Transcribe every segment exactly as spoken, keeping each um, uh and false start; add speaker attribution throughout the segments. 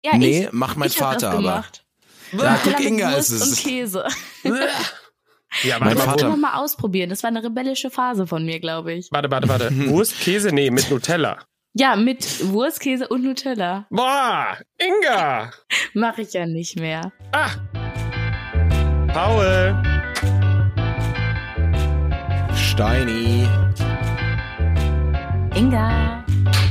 Speaker 1: Ja,
Speaker 2: nee,
Speaker 1: ich,
Speaker 2: macht mein
Speaker 1: ich hab
Speaker 2: Vater
Speaker 1: das
Speaker 2: aber.
Speaker 1: gemacht.
Speaker 2: Ja, guck,
Speaker 1: Mit
Speaker 2: Inga
Speaker 1: Wurst
Speaker 2: ist
Speaker 1: und
Speaker 2: es.
Speaker 1: Käse.
Speaker 3: Ja,
Speaker 2: Mein
Speaker 3: warte,
Speaker 1: Das
Speaker 2: Vater-
Speaker 1: wollte mal ausprobieren. Das war eine rebellische Phase von mir, glaube ich.
Speaker 3: warte, warte, warte. Wurst, Käse, nee, mit Nutella.
Speaker 1: Ja, mit Wurst, Käse und Nutella.
Speaker 3: Boah, Inga!
Speaker 1: Mache ich ja nicht mehr.
Speaker 3: Ah! Paul!
Speaker 2: Steini.
Speaker 1: Inga.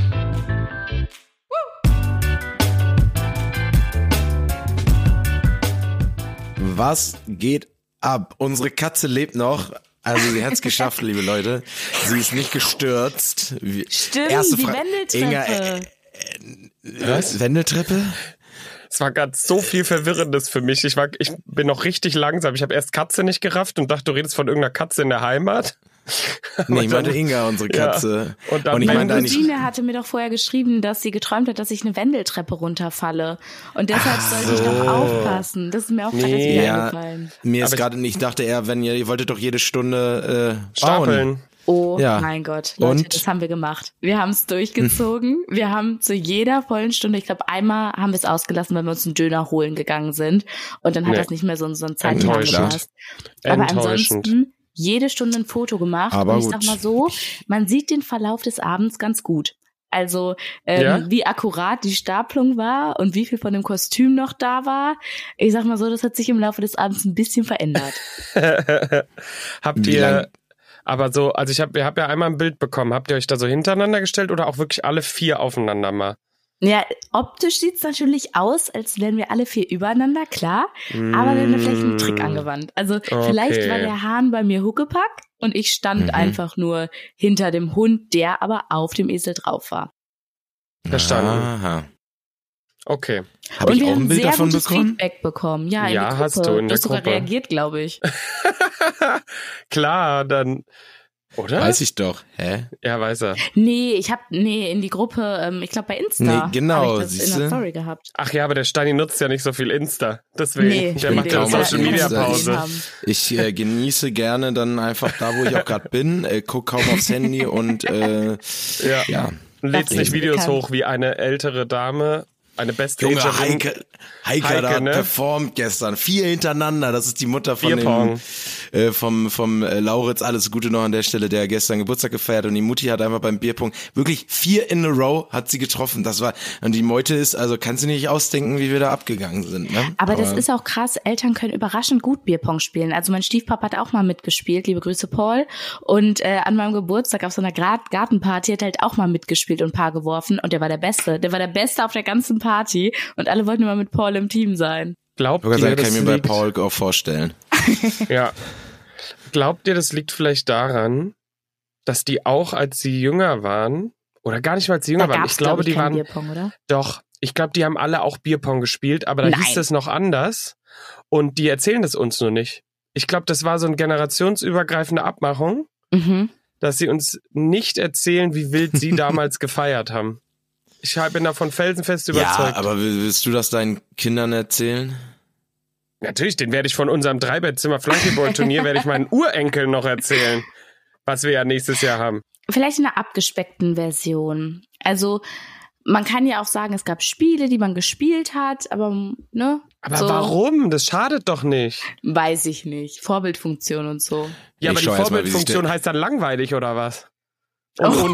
Speaker 2: Was geht ab? Unsere Katze lebt noch. Also sie hat es geschafft, liebe Leute. Sie ist nicht gestürzt. Wie-
Speaker 1: Stimmt,
Speaker 2: Erste
Speaker 1: die
Speaker 2: Fra-
Speaker 1: Wendeltreppe.
Speaker 2: Inga, äh, äh, was? Wendeltreppe?
Speaker 3: Es war gerade so viel Verwirrendes für mich. Ich war, ich bin noch richtig langsam. Ich habe erst Katze nicht gerafft und dachte, du redest von irgendeiner Katze in der Heimat.
Speaker 2: Nee, ich meinte Inga, unsere Katze.
Speaker 3: Ja. Und dann
Speaker 2: Und ich
Speaker 3: meine
Speaker 2: meinte
Speaker 1: Meine
Speaker 2: eigentlich,
Speaker 1: Cousine hatte mir doch vorher geschrieben, dass sie geträumt hat, dass ich eine Wendeltreppe runterfalle. Und deshalb sollte ich doch aufpassen. Das ist mir auch gerade erst
Speaker 3: Nee.
Speaker 1: wieder
Speaker 2: ja,
Speaker 1: eingefallen.
Speaker 2: mir ist
Speaker 3: Aber ich-
Speaker 2: gerade, ich dachte eher, wenn ihr, ihr wolltet doch jede Stunde äh,
Speaker 3: Stapeln.
Speaker 2: bauen.
Speaker 1: Oh
Speaker 2: Ja.
Speaker 1: mein Gott, Leute,
Speaker 2: Und?
Speaker 1: das haben wir gemacht. Wir haben es durchgezogen. Wir haben zu jeder vollen Stunde, ich glaube einmal haben wir es ausgelassen, wenn wir uns einen Döner holen gegangen sind. Und dann hat
Speaker 3: Nee.
Speaker 1: das nicht mehr so, so einen Zeitplan
Speaker 3: Enttäuschend.
Speaker 1: gepasst. Aber
Speaker 3: Enttäuschend.
Speaker 1: ansonsten jede Stunde ein Foto gemacht.
Speaker 2: Aber
Speaker 1: und ich
Speaker 2: gut.
Speaker 1: sag mal so, man sieht den Verlauf des Abends ganz gut. Also ähm,
Speaker 3: Ja?
Speaker 1: wie akkurat die Stapelung war und wie viel von dem Kostüm noch da war. Ich sag mal so, das hat sich im Laufe des Abends ein bisschen verändert.
Speaker 3: Habt
Speaker 2: Wie lang-
Speaker 3: ihr, aber so, also ich habe ihr habt ja einmal ein Bild bekommen. Habt ihr euch da so hintereinander gestellt oder auch wirklich alle vier aufeinander mal?
Speaker 1: Ja, optisch sieht's natürlich aus, als wären wir alle vier übereinander, klar. Aber wir haben da vielleicht einen Trick angewandt. Also vielleicht war der Hahn bei mir Huckepack und ich stand
Speaker 2: Mhm.
Speaker 1: einfach nur hinter dem Hund, der aber auf dem Esel drauf war.
Speaker 3: Verstanden.
Speaker 2: Aha.
Speaker 3: Okay.
Speaker 2: Habe
Speaker 1: und
Speaker 2: ich
Speaker 1: wir
Speaker 2: auch
Speaker 1: haben
Speaker 2: ein Bild
Speaker 1: sehr
Speaker 2: davon
Speaker 1: gutes
Speaker 2: bekommen?
Speaker 1: Feedback bekommen. Ja, in
Speaker 3: Ja,
Speaker 1: der Gruppe.
Speaker 3: hast du in der
Speaker 1: hast sogar
Speaker 3: Gruppe.
Speaker 1: reagiert, glaube ich.
Speaker 3: Klar, dann. Oder?
Speaker 2: Weiß ich doch. Hä?
Speaker 3: Ja, weiß er.
Speaker 1: Nee, ich hab, nee, in die Gruppe, ähm, ich glaube bei Insta
Speaker 2: Nee, genau,
Speaker 1: hab ich das in
Speaker 2: siehste.
Speaker 1: der Story gehabt.
Speaker 3: Ach ja, aber der Steini nutzt ja nicht so viel Insta. Deswegen.
Speaker 1: Nee,
Speaker 3: der
Speaker 2: bin
Speaker 3: macht ja
Speaker 2: kaum
Speaker 3: Social
Speaker 2: auf
Speaker 3: Media
Speaker 2: Insta.
Speaker 3: Pause.
Speaker 2: Ich äh, genieße gerne dann einfach da, wo ich auch gerade bin, äh, guck kaum aufs Handy und äh,
Speaker 3: Ja.
Speaker 2: ja.
Speaker 3: Und lädst
Speaker 1: Das
Speaker 3: nicht
Speaker 1: ist
Speaker 3: Videos
Speaker 1: bekannt.
Speaker 3: hoch wie eine ältere Dame, eine
Speaker 2: Junge,
Speaker 3: Bestagerin.
Speaker 2: Heike, Heike,
Speaker 3: Heike,
Speaker 2: da hat
Speaker 3: ne?
Speaker 2: performt gestern. Vier hintereinander. Das ist die Mutter von
Speaker 3: Bierpong.
Speaker 2: dem, äh, vom, vom äh, Lauritz. Alles Gute noch an der Stelle, der gestern Geburtstag gefeiert. Und die Mutti hat einfach beim Bierpong wirklich vier in a row hat sie getroffen. Das war, und die Meute ist, also kannst du dir nicht ausdenken, wie wir da abgegangen sind, ne?
Speaker 1: Aber das ist auch krass, Eltern können überraschend gut Bierpong spielen. Also mein Stiefpapa hat auch mal mitgespielt, liebe Grüße Paul. Und äh, an meinem Geburtstag auf so einer Gra- Gartenparty hat er halt auch mal mitgespielt und ein paar geworfen. Und der war der Beste. Der war der Beste auf der ganzen Party. Und alle wollten immer mit Paul im Team sein.
Speaker 3: Glaubt
Speaker 2: Sogar
Speaker 3: ihr,
Speaker 2: sagen, kann
Speaker 3: das
Speaker 2: ich mir bei
Speaker 3: liegt,
Speaker 2: Paul auch vorstellen.
Speaker 3: ja. Glaubt ihr, das liegt vielleicht daran, dass die auch, als sie jünger waren, oder gar nicht mal, als sie jünger
Speaker 1: Da
Speaker 3: waren,
Speaker 1: gab's,
Speaker 3: ich glaube,
Speaker 1: glaub ich,
Speaker 3: die
Speaker 1: kein
Speaker 3: waren,
Speaker 1: Bierpong, oder?
Speaker 3: doch, ich glaube, die haben alle auch Bierpong gespielt, aber da
Speaker 1: Nein.
Speaker 3: hieß es noch anders und die erzählen das uns nur nicht. Ich glaube, das war so eine generationsübergreifende Abmachung,
Speaker 1: Mhm.
Speaker 3: dass sie uns nicht erzählen, wie wild sie damals gefeiert haben. Ich bin davon felsenfest überzeugt.
Speaker 2: Ja, aber willst du das deinen Kindern erzählen?
Speaker 3: Natürlich, den werde ich von unserem Dreibettzimmer-Flunkyball-Turnier, werde ich meinen Urenkeln noch erzählen, was wir ja nächstes Jahr haben.
Speaker 1: Vielleicht in einer abgespeckten Version. Also man kann ja auch sagen, es gab Spiele, die man gespielt hat, aber ne?
Speaker 3: Aber
Speaker 1: so,
Speaker 3: warum? Das schadet doch nicht.
Speaker 1: Weiß ich nicht. Vorbildfunktion und so.
Speaker 3: Ja,
Speaker 2: Ich
Speaker 3: aber die
Speaker 2: schau erst mal, wie sich
Speaker 3: Vorbildfunktion
Speaker 2: der-
Speaker 3: heißt dann langweilig, oder was? Und
Speaker 1: Oh.
Speaker 3: ohne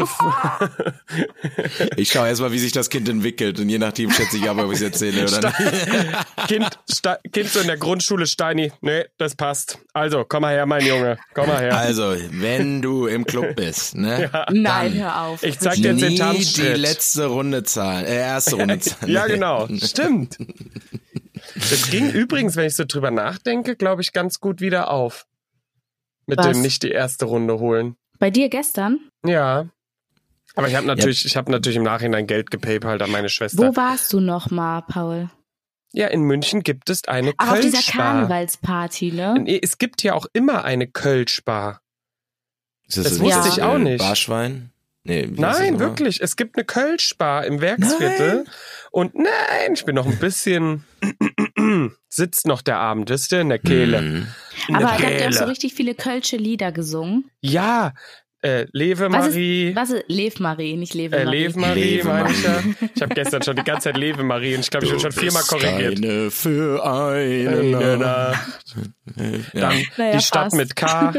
Speaker 2: Ich schaue erstmal, wie sich das Kind entwickelt und je nachdem schätze ich ab, ob ich es erzähle oder nicht.
Speaker 3: kind, Sta- kind so in der Grundschule, Steini. Nee, das passt. Also, komm mal her, mein Junge. Komm mal her.
Speaker 2: Also, wenn du im Club bist, ne?
Speaker 1: Nein,
Speaker 2: dann
Speaker 1: hör auf.
Speaker 3: Ich zeig dir jetzt den
Speaker 2: nie die
Speaker 3: Tanzschritt.
Speaker 2: letzte Runde zahlen, äh, erste Runde zahlen.
Speaker 3: Ja, genau. Stimmt. Das ging übrigens, wenn ich so drüber nachdenke, glaube ich, ganz gut wieder auf. Mit
Speaker 1: Was?
Speaker 3: dem nicht die erste Runde holen.
Speaker 1: Bei dir gestern?
Speaker 3: Ja. Aber ich habe natürlich, ich habe natürlich im Nachhinein Geld gepaypalt an meine Schwester.
Speaker 1: Wo warst du noch mal, Paul?
Speaker 3: Ja, in München gibt es eine
Speaker 1: Ach, auf dieser
Speaker 3: Kölschbar.
Speaker 1: Karnevalsparty, ne?
Speaker 3: Nee, es gibt ja auch immer eine Kölschbar.
Speaker 2: Ist
Speaker 3: Das
Speaker 2: so
Speaker 3: wusste
Speaker 2: dieses,
Speaker 3: ich auch
Speaker 2: äh,
Speaker 3: nicht.
Speaker 2: Barschwein? Nee, wie heißt das
Speaker 3: Nein,
Speaker 2: nochmal?
Speaker 3: wirklich. Es gibt eine Kölschbar im Werksviertel. Und nein, ich bin noch ein bisschen, sitzt noch der Abend, wisst ihr, in der Kehle.
Speaker 2: Mhm.
Speaker 3: In
Speaker 1: Aber
Speaker 3: der
Speaker 1: da habt ihr auch so
Speaker 3: Kehle.
Speaker 1: richtig viele kölsche Lieder gesungen.
Speaker 3: Ja, Äh, Leve Marie.
Speaker 1: Was ist, was ist Lev Marie, nicht Leve
Speaker 3: Äh,
Speaker 1: Marie.
Speaker 3: Lev Marie,
Speaker 2: Leve
Speaker 3: meine ich ja.
Speaker 2: Marie.
Speaker 3: Ich habe gestern schon die ganze Zeit Leve Marie und ich glaube, ich bin schon viermal korrigiert.
Speaker 2: Eine für eine,
Speaker 3: Eine
Speaker 2: Nacht. Ja.
Speaker 3: Dann
Speaker 1: Naja,
Speaker 3: die Stadt
Speaker 1: fast.
Speaker 3: mit K.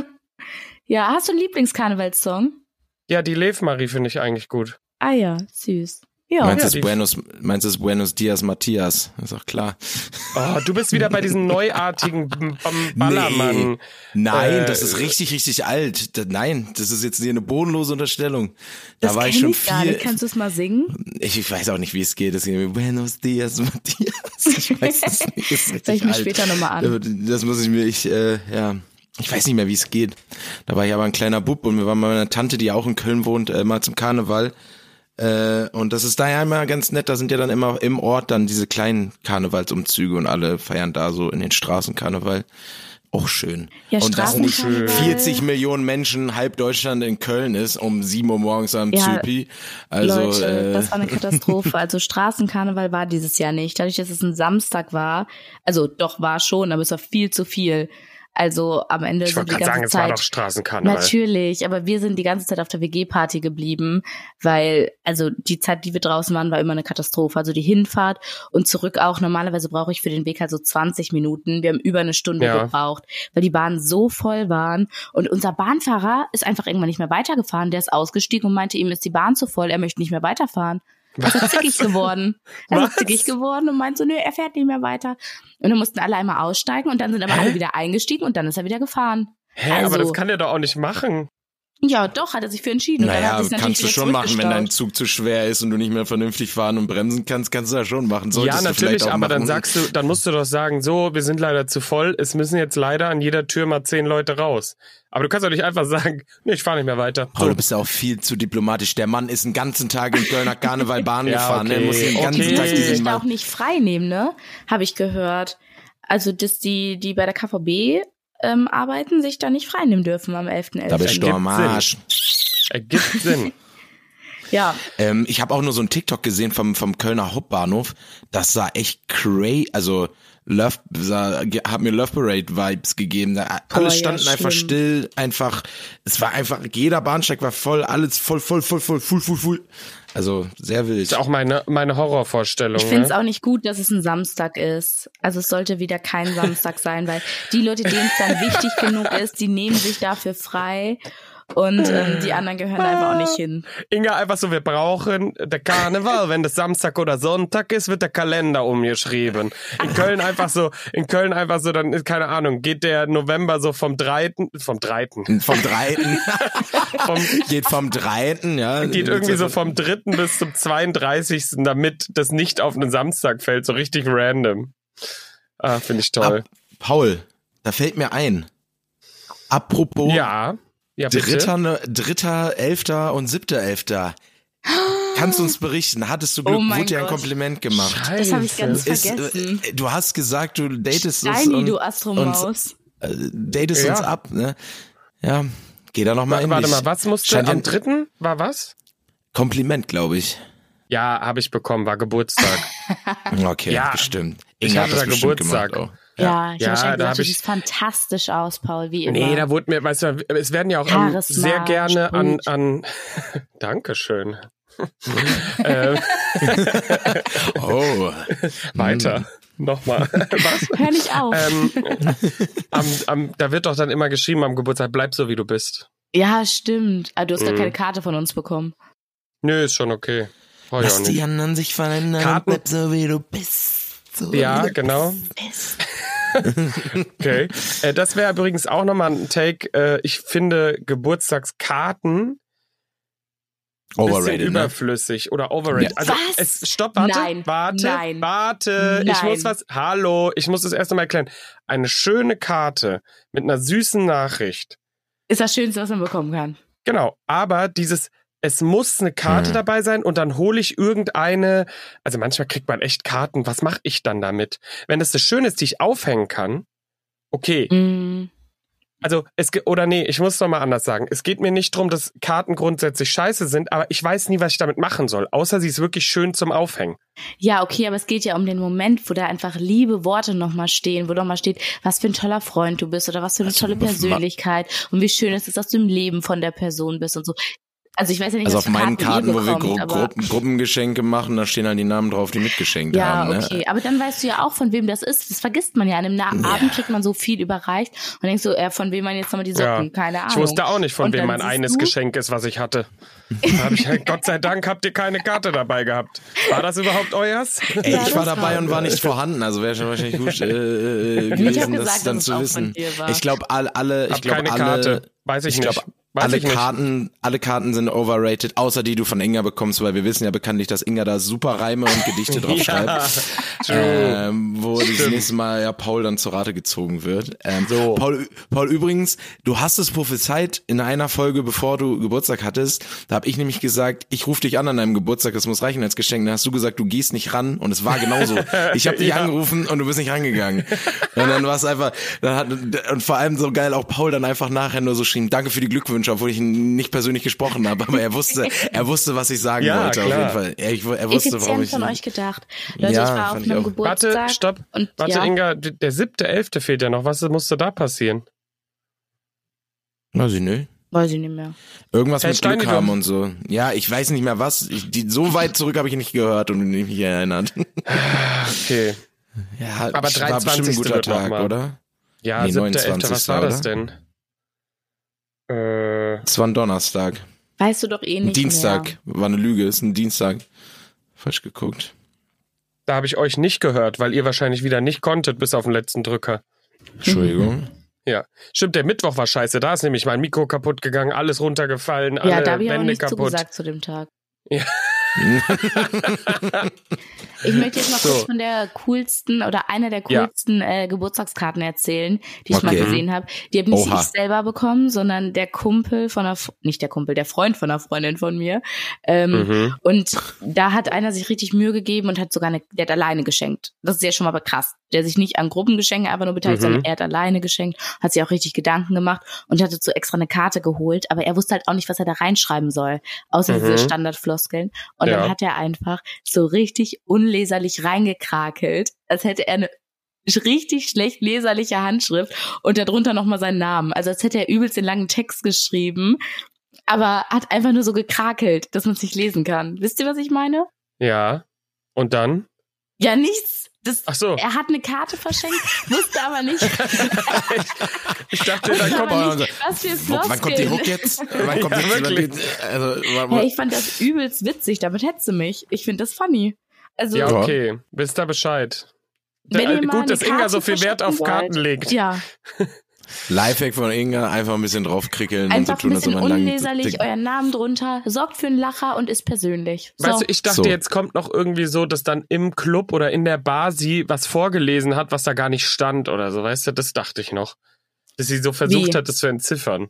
Speaker 1: Ja, hast du einen Lieblingskarnevalssong?
Speaker 3: Ja, die Lev Marie finde ich eigentlich gut.
Speaker 1: Ah ja, süß. Ja.
Speaker 2: Meinst du
Speaker 3: Ja,
Speaker 2: es
Speaker 3: die-
Speaker 2: Buenos, meinst du es Buenos Dias Matthias? Ist doch klar.
Speaker 3: Oh, du bist wieder bei diesen neuartigen B- B- Ballermann.
Speaker 2: Nein,
Speaker 3: Äh,
Speaker 2: das ist richtig, richtig alt. Da- Nein, das ist jetzt hier eine bodenlose Unterstellung. Da
Speaker 1: Das
Speaker 2: war
Speaker 1: kenn
Speaker 2: ich schon
Speaker 1: ich gar
Speaker 2: viel.
Speaker 1: nicht. Kannst du es mal singen?
Speaker 2: Ich, ich weiß auch nicht, wie es geht. Es geht Buenos Dias Matthias. Ich weiß es nicht. Ist richtig
Speaker 1: Soll ich mich
Speaker 2: alt.
Speaker 1: später nochmal an?
Speaker 2: Das muss ich mir, ich, äh, ja. Ich weiß nicht mehr, wie es geht. Da war ich aber ein kleiner Bub und wir waren bei meiner Tante, die auch in Köln wohnt, äh, mal zum Karneval. Äh, und das ist da ja immer ganz nett, da sind ja dann immer im Ort dann diese kleinen Karnevalsumzüge und alle feiern da so in den Straßen Karneval. Auch schön.
Speaker 1: Ja,
Speaker 2: und dass nicht
Speaker 1: Straßenkarneval.
Speaker 2: vierzig Millionen Menschen, halb Deutschland in Köln ist, um sieben Uhr morgens am
Speaker 1: Ja,
Speaker 2: Zypi. Also,
Speaker 1: Leute,
Speaker 2: äh,
Speaker 1: das war eine Katastrophe. Also Straßenkarneval war dieses Jahr nicht. Dadurch, dass es ein Samstag war, also doch war schon, aber es war viel zu viel. Also am Ende
Speaker 3: Ich
Speaker 1: sind
Speaker 3: wollte
Speaker 1: wir die
Speaker 3: gerade
Speaker 1: ganze
Speaker 3: sagen, es war
Speaker 1: Zeit
Speaker 3: doch Straßenkarneval.
Speaker 1: Natürlich, aber wir sind die ganze Zeit auf der W G-Party geblieben, weil also die Zeit, die wir draußen waren, war immer eine Katastrophe. Also die Hinfahrt und zurück auch. Normalerweise brauche ich für den Weg halt so zwanzig Minuten. Wir haben über eine Stunde
Speaker 3: Ja.
Speaker 1: gebraucht, weil die Bahnen so voll waren. Und unser Bahnfahrer ist einfach irgendwann nicht mehr weitergefahren. Der ist ausgestiegen und meinte, ihm ist die Bahn zu voll, er möchte nicht mehr weiterfahren. Er ist zickig geworden. Er
Speaker 3: Was?
Speaker 1: ist zickig geworden und meint so, nö, er fährt nicht mehr weiter. Und dann mussten alle einmal aussteigen und dann sind aber
Speaker 3: Hä?
Speaker 1: alle wieder eingestiegen und dann ist er wieder gefahren.
Speaker 3: Hä,
Speaker 1: Also-
Speaker 3: aber das kann der doch auch nicht machen.
Speaker 1: Ja, doch, hat er sich für entschieden. Und dann
Speaker 2: naja,
Speaker 1: hat sich's natürlich
Speaker 2: kannst du
Speaker 1: wieder
Speaker 2: schon machen, wenn dein
Speaker 1: zurückgestaut.
Speaker 2: Zug zu schwer ist und du nicht mehr vernünftig fahren und bremsen kannst, kannst du das schon machen. Solltest
Speaker 3: Ja,
Speaker 2: du
Speaker 3: natürlich,
Speaker 2: vielleicht auch
Speaker 3: aber dann
Speaker 2: machen.
Speaker 3: sagst du, dann musst du doch sagen, so, wir sind leider zu voll, es müssen jetzt leider an jeder Tür mal zehn Leute raus. Aber du kannst doch nicht einfach sagen, nee, ich fahre nicht mehr weiter.
Speaker 2: Paul,
Speaker 3: So.
Speaker 2: du bist ja auch viel zu diplomatisch. Der Mann ist einen ganzen Tag in Kölner Karneval Bahn
Speaker 3: Ja,
Speaker 2: gefahren.
Speaker 3: okay,
Speaker 2: Der muss den ganzen
Speaker 3: okay.
Speaker 2: Tag
Speaker 1: Die sich
Speaker 2: diesen
Speaker 1: da
Speaker 2: Mann.
Speaker 1: auch nicht frei nehmen, ne? Habe ich gehört. Also, dass die, die bei der K V B ähm, arbeiten, sich da nicht frei nehmen dürfen am elften
Speaker 2: Da bist
Speaker 1: elften
Speaker 2: du am Arsch.
Speaker 3: Ergibt Sinn.
Speaker 1: Ja,
Speaker 2: Ähm, ich habe auch nur so ein TikTok gesehen vom vom Kölner Hauptbahnhof. Das sah echt crazy, also Love, sah, ge- hat mir Love Parade Vibes gegeben. Da, alle
Speaker 1: ja,
Speaker 2: standen einfach
Speaker 1: schlimm.
Speaker 2: still, einfach. Es war einfach, jeder Bahnsteig war voll, alles voll, voll, voll, voll, full, full, full. Also sehr wild.
Speaker 3: Ist auch meine, meine Horrorvorstellung.
Speaker 1: ich finde es
Speaker 3: ne?
Speaker 1: auch nicht gut, dass es ein Samstag ist. Also, es sollte wieder kein Samstag sein, weil die Leute, denen es dann wichtig genug ist, die nehmen sich dafür frei. Und ähm, die anderen gehören da einfach auch nicht hin.
Speaker 3: Inga, einfach so, wir brauchen der Karneval. Wenn das Samstag oder Sonntag ist, wird der Kalender umgeschrieben. In Köln einfach so, in Köln einfach so, dann ist keine Ahnung, geht der November so vom Dreiten, vom Dreiten,
Speaker 2: Vom Dreiten.
Speaker 3: vom,
Speaker 2: Geht vom Dreiten, ja.
Speaker 3: geht irgendwie so vom Dritten bis zum zweiunddreißigsten, damit das nicht auf einen Samstag fällt, so richtig random. Ah, finde ich toll.
Speaker 2: Ab, Paul, da fällt mir ein. Apropos
Speaker 3: Ja, ja bitte.
Speaker 2: Dritter, ne- Dritter, Elfter und Siebter, Elfter. Kannst du uns berichten? Hattest du Glück?
Speaker 1: Oh mein
Speaker 2: Wurde dir ein
Speaker 1: Gott.
Speaker 2: Kompliment gemacht?
Speaker 1: Das habe ich ganz
Speaker 2: Ist,
Speaker 1: vergessen.
Speaker 2: äh, du hast gesagt, du datest uns
Speaker 1: Steini,
Speaker 2: und,
Speaker 1: du Astromaus.
Speaker 2: äh, datest
Speaker 3: Ja.
Speaker 2: uns ab, ne? Ja, geh da noch mal in
Speaker 3: Warte
Speaker 2: dich.
Speaker 3: mal, was musste
Speaker 2: Scheint ja
Speaker 3: am
Speaker 2: ein
Speaker 3: dritten war was?
Speaker 2: Kompliment, glaube ich.
Speaker 3: Ja, habe ich bekommen, war Geburtstag.
Speaker 2: Okay,
Speaker 3: Ja,
Speaker 2: bestimmt.
Speaker 3: ich
Speaker 2: Inga
Speaker 3: hatte
Speaker 2: hat das
Speaker 3: da
Speaker 2: bestimmt
Speaker 3: Geburtstag.
Speaker 2: gemacht. Auch.
Speaker 1: Ja, ich
Speaker 3: Ja,
Speaker 1: habe schon
Speaker 3: da
Speaker 1: gesagt,
Speaker 3: hab
Speaker 1: du
Speaker 3: ich-
Speaker 1: siehst fantastisch aus, Paul, wie immer.
Speaker 3: Nee, da wurde mir, weißt du, es werden ja auch ähm,
Speaker 1: Charisma,
Speaker 3: sehr gerne an,
Speaker 1: Sprüch.
Speaker 3: an Dankeschön. ähm,
Speaker 2: Oh.
Speaker 3: weiter. Nochmal. Was?
Speaker 1: Hör nicht auf.
Speaker 3: ähm, am, am, da wird doch dann immer geschrieben am Geburtstag, bleib so wie du bist.
Speaker 1: Ja, stimmt. Aber du hast gar
Speaker 3: Mhm.
Speaker 1: keine Karte von uns bekommen.
Speaker 3: Nö, ist schon okay. Brauch ich auch
Speaker 2: Lass die
Speaker 3: nicht.
Speaker 2: anderen sich verändern.
Speaker 3: Karten-
Speaker 2: Bleib so wie du bist. So
Speaker 3: Ja,
Speaker 2: wie du
Speaker 3: genau.
Speaker 1: Mist.
Speaker 3: Okay. Äh, das wäre übrigens auch nochmal ein Take. Äh, ich finde Geburtstagskarten bisschen
Speaker 2: Overrated, ne?
Speaker 3: überflüssig oder overrated.
Speaker 2: Ja.
Speaker 3: Also
Speaker 1: Was?
Speaker 3: es stopp, warte,
Speaker 1: Nein,
Speaker 3: warte,
Speaker 1: nein,
Speaker 3: warte. Ich
Speaker 1: nein.
Speaker 3: muss was. Hallo, ich muss das erst einmal erklären. Eine schöne Karte mit einer süßen Nachricht.
Speaker 1: Ist das Schönste, was man bekommen kann.
Speaker 3: Genau, aber dieses es muss eine Karte
Speaker 2: Hm.
Speaker 3: dabei sein und dann hole ich irgendeine, also manchmal kriegt man echt Karten, was mache ich dann damit? Wenn das das Schöne ist, die ich aufhängen kann, okay,
Speaker 1: Mm.
Speaker 3: Also, es ge- oder nee, ich muss es nochmal anders sagen. Es geht mir nicht drum, dass Karten grundsätzlich scheiße sind, aber ich weiß nie, was ich damit machen soll. Außer sie ist wirklich schön zum Aufhängen.
Speaker 1: Ja, okay, aber es geht ja um den Moment, wo da einfach liebe Worte nochmal stehen, wo nochmal steht, was für ein toller Freund du bist oder was für eine
Speaker 2: Also,
Speaker 1: tolle Persönlichkeit und wie schön es ist, dass du im Leben von der Person bist und so. Also ich weiß ja nicht,
Speaker 2: Also
Speaker 1: was
Speaker 2: auf
Speaker 1: für
Speaker 2: meinen
Speaker 1: Karten,
Speaker 2: Karten,
Speaker 1: ihr
Speaker 2: wo wir
Speaker 1: bekommt,
Speaker 2: Gru-
Speaker 1: aber
Speaker 2: Gruppen, Gruppengeschenke machen, da stehen halt die Namen drauf, die mitgeschenkt
Speaker 1: ja,
Speaker 2: haben. Ne?
Speaker 1: okay, aber dann weißt du ja auch, von wem das ist. Das vergisst man ja. An einem Na-
Speaker 2: Ja.
Speaker 1: Abend kriegt man so viel überreicht und denkst so, äh, von wem man jetzt nochmal die Socken,
Speaker 3: Ja.
Speaker 1: keine Ahnung.
Speaker 3: Ich wusste auch nicht, von
Speaker 1: Und
Speaker 3: wem
Speaker 1: dann
Speaker 3: mein
Speaker 1: siehst
Speaker 3: eines
Speaker 1: du-
Speaker 3: Geschenk ist, was ich hatte. Da hab ich, Gott sei Dank habt ihr keine Karte dabei gehabt. War das überhaupt euers?
Speaker 2: Ey,
Speaker 1: Ja,
Speaker 2: ich war
Speaker 1: das
Speaker 2: dabei
Speaker 1: war
Speaker 2: und war
Speaker 1: gut.
Speaker 2: nicht vorhanden, also wäre schon wahrscheinlich gut äh,
Speaker 1: Ich hab
Speaker 2: gewesen,
Speaker 1: gesagt,
Speaker 2: das dann
Speaker 1: dass es
Speaker 2: zu
Speaker 1: auch
Speaker 2: wissen.
Speaker 1: von dir war.
Speaker 2: Ich glaube, alle, alle, ich
Speaker 3: Hab
Speaker 2: glaube,
Speaker 3: keine
Speaker 2: alle,
Speaker 3: Karte. Weiß ich
Speaker 2: ich
Speaker 3: nicht.
Speaker 2: glaube,
Speaker 3: Weiß
Speaker 2: alle
Speaker 3: ich nicht.
Speaker 2: Karten, alle Karten sind overrated, außer die du von Inga bekommst, weil wir wissen ja bekanntlich, dass Inga da super Reime und Gedichte drauf schreibt.
Speaker 3: true.
Speaker 2: Ähm, wo das nächste Mal ja Paul dann zur Rate gezogen wird. Ähm,
Speaker 3: So.
Speaker 2: Paul, Paul, übrigens, du hast es prophezeit in einer Folge, bevor du Geburtstag hattest. Da habe ich nämlich gesagt, ich rufe dich an an deinem Geburtstag, das muss reichen als Geschenk. Dann hast du gesagt, du gehst nicht ran und es war genauso. Ich habe dich
Speaker 3: Ja.
Speaker 2: angerufen und du bist nicht rangegangen. Und dann war es einfach, dann hat, und vor allem so geil auch Paul dann einfach nachher nur so schrieben, danke für die Glückwünsche, obwohl ich ihn nicht persönlich gesprochen habe, aber er wusste, er wusste, was ich sagen
Speaker 3: Ja,
Speaker 2: wollte,
Speaker 3: klar.
Speaker 2: auf jeden Fall. Er, ich, er wusste, warum
Speaker 1: Effizient
Speaker 2: ich
Speaker 1: von euch gedacht. Leute,
Speaker 2: Ja,
Speaker 1: ich war auf
Speaker 2: fand ich
Speaker 1: einem
Speaker 2: auch.
Speaker 1: Geburtstag.
Speaker 3: Warte, stopp.
Speaker 1: Und,
Speaker 3: Warte,
Speaker 1: ja.
Speaker 3: Inga, d- der siebte, elfte fehlt ja noch. Was musste da passieren?
Speaker 2: Weiß ich nicht.
Speaker 1: Weiß ich nicht mehr.
Speaker 2: Irgendwas
Speaker 3: Herr
Speaker 2: mit Glück
Speaker 3: Steiniger.
Speaker 2: haben und so. Ja, ich weiß nicht mehr was. Ich, die, so weit zurück habe ich nicht gehört und mich nicht erinnert.
Speaker 3: Okay.
Speaker 2: Ja,
Speaker 3: Aber
Speaker 2: war bestimmt ein
Speaker 3: dreiundzwanzigste
Speaker 2: guter
Speaker 3: wird noch
Speaker 2: Tag,
Speaker 3: mal.
Speaker 2: oder?
Speaker 3: Ja,
Speaker 2: Nee,
Speaker 3: siebte, elfte, was war das
Speaker 2: oder?
Speaker 3: denn? Äh,
Speaker 2: Es war ein Donnerstag.
Speaker 1: Weißt du doch eh nicht
Speaker 2: Dienstag.
Speaker 1: mehr.
Speaker 2: War eine Lüge, ist ein Dienstag. Falsch geguckt.
Speaker 3: da habe ich euch nicht gehört, weil ihr wahrscheinlich wieder nicht konntet, bis auf den letzten Drücker.
Speaker 2: Entschuldigung.
Speaker 3: Ja. Stimmt, der Mittwoch war scheiße. Da ist nämlich mein Mikro kaputt gegangen, alles runtergefallen, alle
Speaker 1: Ja, da habe ich aber
Speaker 3: Wände
Speaker 1: nicht
Speaker 3: kaputt.
Speaker 1: zugesagt zu dem Tag.
Speaker 3: Ja.
Speaker 1: Ich möchte jetzt mal
Speaker 3: So.
Speaker 1: kurz von der coolsten oder einer der
Speaker 3: Ja.
Speaker 1: coolsten äh, Geburtstagskarten erzählen, die ich mal
Speaker 2: Okay.
Speaker 1: gesehen habe. Die habe nicht
Speaker 2: Oha.
Speaker 1: ich selber bekommen, sondern der Kumpel von einer, F- nicht der Kumpel, der Freund von einer Freundin von mir. Ähm,
Speaker 3: Mhm.
Speaker 1: Und da hat einer sich richtig Mühe gegeben und hat sogar eine, der hat alleine geschenkt. Das ist ja schon mal krass. Der sich nicht an Gruppengeschenke einfach nur beteiligt,
Speaker 3: Mhm.
Speaker 1: sondern er hat alleine geschenkt, hat sich auch richtig Gedanken gemacht und hat dazu extra eine Karte geholt, aber er wusste halt auch nicht, was er da reinschreiben soll, außer
Speaker 3: Mhm.
Speaker 1: diese Standardfloskeln. Und
Speaker 3: Ja.
Speaker 1: dann hat er einfach so richtig unleserlich reingekrakelt, als hätte er eine richtig schlecht leserliche Handschrift und darunter nochmal seinen Namen. Also als hätte er übelst den langen Text geschrieben, aber hat einfach nur so gekrakelt, dass man es nicht lesen kann. Wisst ihr, was ich meine?
Speaker 3: Ja. Und dann?
Speaker 1: Ja, nichts. Das,
Speaker 3: Ach so.
Speaker 1: Er hat eine Karte verschenkt, wusste aber nicht,
Speaker 3: Ich dachte, da
Speaker 1: wusste
Speaker 3: kommt
Speaker 1: aber
Speaker 2: Oh,
Speaker 1: nicht was für
Speaker 2: Wo, wann kommt die
Speaker 1: Floskeln.
Speaker 2: Hook jetzt? Wann kommt
Speaker 3: Ja,
Speaker 2: jetzt
Speaker 3: wirklich.
Speaker 2: Also,
Speaker 1: Hey, ich fand das übelst witzig, damit hättest du mich. Ich finde das funny. Also,
Speaker 3: Ja,
Speaker 2: Ja.
Speaker 3: okay. Wisst ihr Bescheid.
Speaker 1: Wenn
Speaker 3: Da,
Speaker 1: ihr mal
Speaker 3: gut, dass
Speaker 1: eine
Speaker 3: Inga
Speaker 1: Karte
Speaker 3: so viel Wert auf
Speaker 1: verschenken
Speaker 3: Karten
Speaker 1: wollt.
Speaker 3: legt.
Speaker 1: ja,
Speaker 2: Lifehack von Inga, einfach ein bisschen draufkrickeln
Speaker 1: einfach
Speaker 2: und so tun,
Speaker 1: ein
Speaker 2: dass
Speaker 1: bisschen
Speaker 2: man lang
Speaker 1: unleserlich, euren Namen drunter, sorgt für einen Lacher und ist persönlich. So.
Speaker 3: Weißt du, ich dachte,
Speaker 2: So.
Speaker 3: jetzt kommt noch irgendwie so, dass dann im Club oder in der Bar sie was vorgelesen hat, was da gar nicht stand oder so, weißt du, das dachte ich noch. Dass sie so versucht
Speaker 1: Wie?
Speaker 3: hat, das zu entziffern.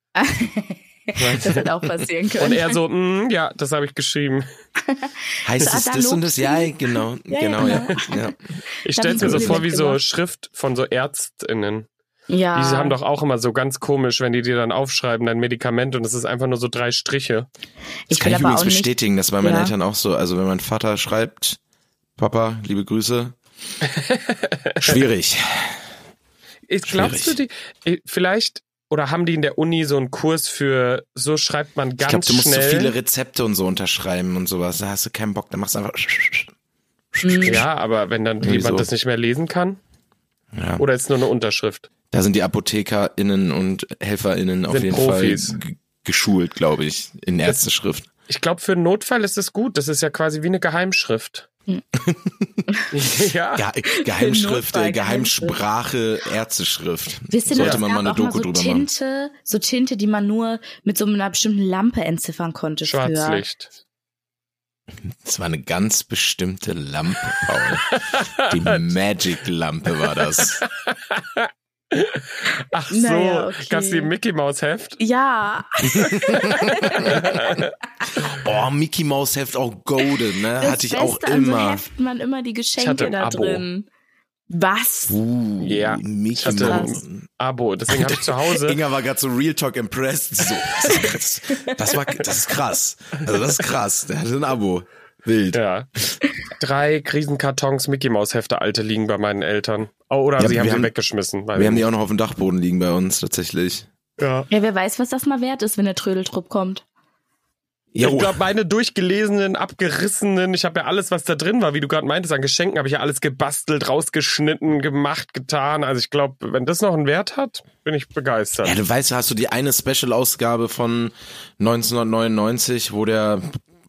Speaker 1: Das hätte auch passieren können.
Speaker 3: Und er so, mm, ja, das habe ich geschrieben.
Speaker 2: Heißt
Speaker 1: So
Speaker 2: es das und das? Ja, genau,
Speaker 1: Ja,
Speaker 2: genau, ja.
Speaker 1: genau.
Speaker 2: ja.
Speaker 3: Ich
Speaker 1: Da
Speaker 3: stell's
Speaker 1: haben
Speaker 3: mir so
Speaker 1: sie
Speaker 3: vor wie so
Speaker 1: mitgemacht.
Speaker 3: Schrift von so ÄrztInnen.
Speaker 1: ja.
Speaker 3: Die haben doch auch immer so ganz komisch, wenn die dir dann aufschreiben, dein Medikament und es ist einfach nur so drei Striche.
Speaker 2: Das
Speaker 1: ich
Speaker 2: kann
Speaker 1: will
Speaker 2: ich
Speaker 1: aber
Speaker 2: übrigens
Speaker 1: auch nicht,
Speaker 2: bestätigen, das war bei meinen
Speaker 1: Ja.
Speaker 2: Eltern auch so. Also wenn mein Vater schreibt, Papa, liebe Grüße, schwierig.
Speaker 3: Ich, glaubst du, die, eh, vielleicht, oder haben die in der Uni so einen Kurs für, so schreibt man
Speaker 2: Ich
Speaker 3: ganz
Speaker 2: glaube, du musst
Speaker 3: schnell.
Speaker 2: so viele Rezepte und so unterschreiben und sowas. Da hast du keinen Bock, da machst du einfach.
Speaker 3: Ja, aber wenn dann
Speaker 2: Irgendwie
Speaker 3: jemand
Speaker 2: so.
Speaker 3: das nicht mehr lesen kann,
Speaker 2: Ja.
Speaker 3: oder ist nur eine Unterschrift?
Speaker 2: Da sind die ApothekerInnen und HelferInnen auf
Speaker 3: Sind
Speaker 2: jeden
Speaker 3: Profis.
Speaker 2: Fall g- geschult, glaube ich, in Ärzteschrift.
Speaker 3: Ich glaube, für einen Notfall ist es gut. Das ist ja quasi wie eine Geheimschrift.
Speaker 1: Hm.
Speaker 3: ja.
Speaker 2: Ge Geheimschrift,
Speaker 1: Notfall,
Speaker 2: äh, Geheimsprache, Ärzteschrift.
Speaker 1: Wisst ihr noch,
Speaker 2: Sollte
Speaker 1: es
Speaker 2: man
Speaker 1: gab
Speaker 2: mal eine
Speaker 1: auch mal
Speaker 2: Doku
Speaker 1: so
Speaker 2: drüber machen.
Speaker 1: Tinte, so Tinte, die man nur mit so einer bestimmten Lampe entziffern konnte früher.
Speaker 3: Schwarzlicht.
Speaker 2: Das war eine ganz bestimmte Lampe, Paul. Die Magic-Lampe war das.
Speaker 3: Ach so,
Speaker 1: Naja, okay.
Speaker 3: gab's die im Mickey Maus Heft?
Speaker 1: Ja,
Speaker 2: Oh, Mickey Mouse Heft auch golden, ne?
Speaker 1: das
Speaker 2: Hatte ich
Speaker 1: Beste
Speaker 2: auch
Speaker 1: an so
Speaker 2: immer.
Speaker 1: Heften waren immer die
Speaker 3: hatte
Speaker 1: Geschenke
Speaker 3: ein
Speaker 1: da
Speaker 3: Abo.
Speaker 1: drin. Was?
Speaker 2: Uh,
Speaker 3: Ja,
Speaker 2: Mickey
Speaker 3: ich hatte
Speaker 2: Mouse.
Speaker 3: ein Abo, deswegen habe ich zu Hause.
Speaker 2: Inga war gerade so Real Talk impressed. So, das, das, war, das ist krass. Also das ist krass. Der hatte ein Abo. Wild.
Speaker 3: Ja. Drei Krisenkartons Mickey Maus Hefte alte liegen bei meinen Eltern. Oh, oder
Speaker 2: Ja,
Speaker 3: sie
Speaker 2: wir
Speaker 3: haben sie
Speaker 2: haben-
Speaker 3: weggeschmissen. weiß
Speaker 2: Wir
Speaker 3: ich
Speaker 2: haben die
Speaker 3: nicht.
Speaker 2: auch noch auf dem Dachboden liegen bei uns tatsächlich.
Speaker 3: Ja.
Speaker 1: Ja, wer weiß, was das mal wert ist, wenn der Trödeltrupp kommt.
Speaker 2: Jo.
Speaker 3: Ich glaube, meine durchgelesenen, abgerissenen, ich habe ja alles, was da drin war, wie du gerade meintest, an Geschenken, habe ich ja alles gebastelt, rausgeschnitten, gemacht, getan. Also ich glaube, wenn das noch einen Wert hat, bin ich begeistert.
Speaker 2: Ja, du weißt, hast du die eine Special-Ausgabe von neunzehnhundertneunundneunzig, wo der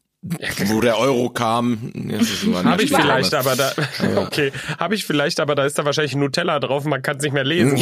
Speaker 2: wo der Euro kam.
Speaker 3: Habe ich
Speaker 1: Spaß.
Speaker 3: vielleicht, aber da, okay, habe ich vielleicht, aber da ist da wahrscheinlich Nutella drauf, man kann es nicht mehr lesen.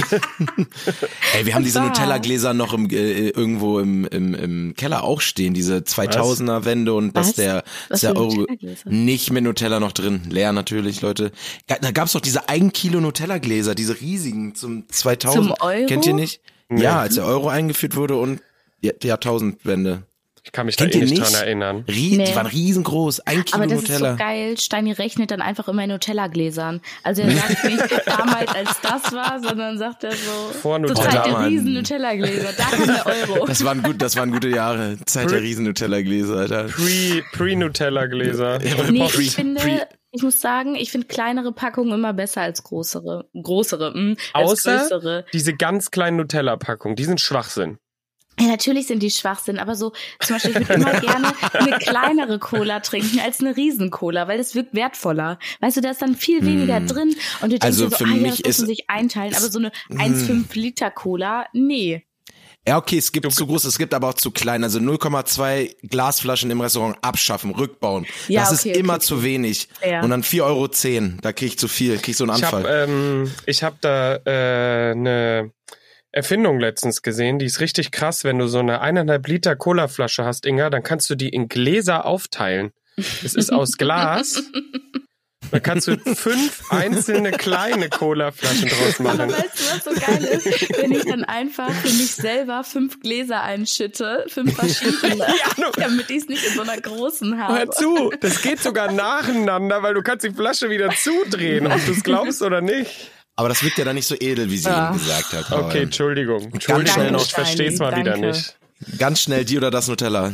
Speaker 2: Ey, wir haben diese
Speaker 1: Wahr.
Speaker 2: Nutella-Gläser noch im, äh, irgendwo im, im, im Keller auch stehen, diese zweitausender-Wende und dass
Speaker 1: Was?
Speaker 2: der,
Speaker 1: Was
Speaker 2: dass der
Speaker 1: für
Speaker 2: Euro
Speaker 1: Nutella-Gläser?
Speaker 2: nicht mit Nutella noch drin. Leer natürlich, Leute. Da gab's doch diese ein Kilo Nutella-Gläser, diese riesigen zum zweitausend.
Speaker 1: Zum Euro?
Speaker 2: Kennt ihr nicht?
Speaker 3: Nee.
Speaker 2: Ja, als der Euro eingeführt wurde und die die Jahrtausendwende.
Speaker 3: Ich kann mich
Speaker 2: Kennt
Speaker 3: da eh
Speaker 2: ihr
Speaker 3: nicht
Speaker 2: nicht?
Speaker 3: dran erinnern.
Speaker 2: Rie
Speaker 1: Nee.
Speaker 2: Die waren riesengroß, ein Kilo
Speaker 1: Aber das
Speaker 2: Nutella.
Speaker 1: ist so geil. Steini rechnet dann einfach immer in Nutella-Gläsern. Also er sagt nicht damals, als das war, sondern sagt er so,
Speaker 3: Vor
Speaker 1: zur
Speaker 3: Nutella.
Speaker 1: Zeit der
Speaker 2: Mann.
Speaker 1: riesen Nutella-Gläser. Da kam der Euro.
Speaker 2: Das waren gut, das waren gute Jahre. Zeit der riesen Nutella-Gläser, Alter.
Speaker 3: Pre, Pre-Nutella-Gläser.
Speaker 1: Nee,
Speaker 2: Pre-
Speaker 1: ich finde,
Speaker 2: pre-
Speaker 1: ich muss sagen, ich finde kleinere Packungen immer besser als größere. Größere, mh, als
Speaker 3: Außer
Speaker 1: größere.
Speaker 3: diese ganz kleinen Nutella-Packungen, die sind Schwachsinn.
Speaker 1: Ja, natürlich sind die Schwachsinn, aber so, zum Beispiel, ich würde immer gerne eine kleinere Cola trinken als eine Riesen-Cola, weil das wirkt wertvoller. Weißt du, da ist dann viel weniger drin und du denkst
Speaker 2: Also
Speaker 1: dir so,
Speaker 2: für
Speaker 1: ah ja,
Speaker 2: mich
Speaker 1: das muss man
Speaker 2: ist-
Speaker 1: sich einteilen, aber so eine eins Komma fünf Liter Cola, nee.
Speaker 2: Ja, okay, es gibt zu groß, es gibt aber auch zu klein. Also null Komma zwei Glasflaschen im Restaurant abschaffen, rückbauen.
Speaker 1: Ja,
Speaker 2: das
Speaker 1: okay,
Speaker 2: ist immer
Speaker 1: okay,
Speaker 2: zu wenig.
Speaker 1: Ja.
Speaker 2: Und dann vier Euro zehn, da krieg ich zu viel, krieg ich so einen
Speaker 3: Ich
Speaker 2: Anfall.
Speaker 3: habe ähm, ich hab da äh, eine Erfindung letztens gesehen, die ist richtig krass. Wenn du so eine eineinhalb Liter Colaflasche hast, Inga, dann kannst du die in Gläser aufteilen. Es ist aus Glas. Dann kannst du fünf einzelne kleine Colaflaschen draus
Speaker 1: Aber
Speaker 3: machen.
Speaker 1: weißt du, was so geil ist? Wenn ich dann einfach für mich selber fünf Gläser einschütte, fünf verschiedene, damit ich es nicht in so einer großen habe.
Speaker 3: Hör zu, das geht sogar nacheinander, weil du kannst die Flasche wieder zudrehen, ob du es glaubst oder nicht.
Speaker 2: Aber das wirkt ja dann nicht so edel, wie sie
Speaker 1: Ah.
Speaker 2: eben gesagt hat. Aber
Speaker 3: Okay, Entschuldigung. Entschuldigung,
Speaker 2: schnell noch,
Speaker 3: ich versteh's mal wieder
Speaker 1: danke.
Speaker 3: nicht.
Speaker 2: Ganz schnell die oder das Nutella.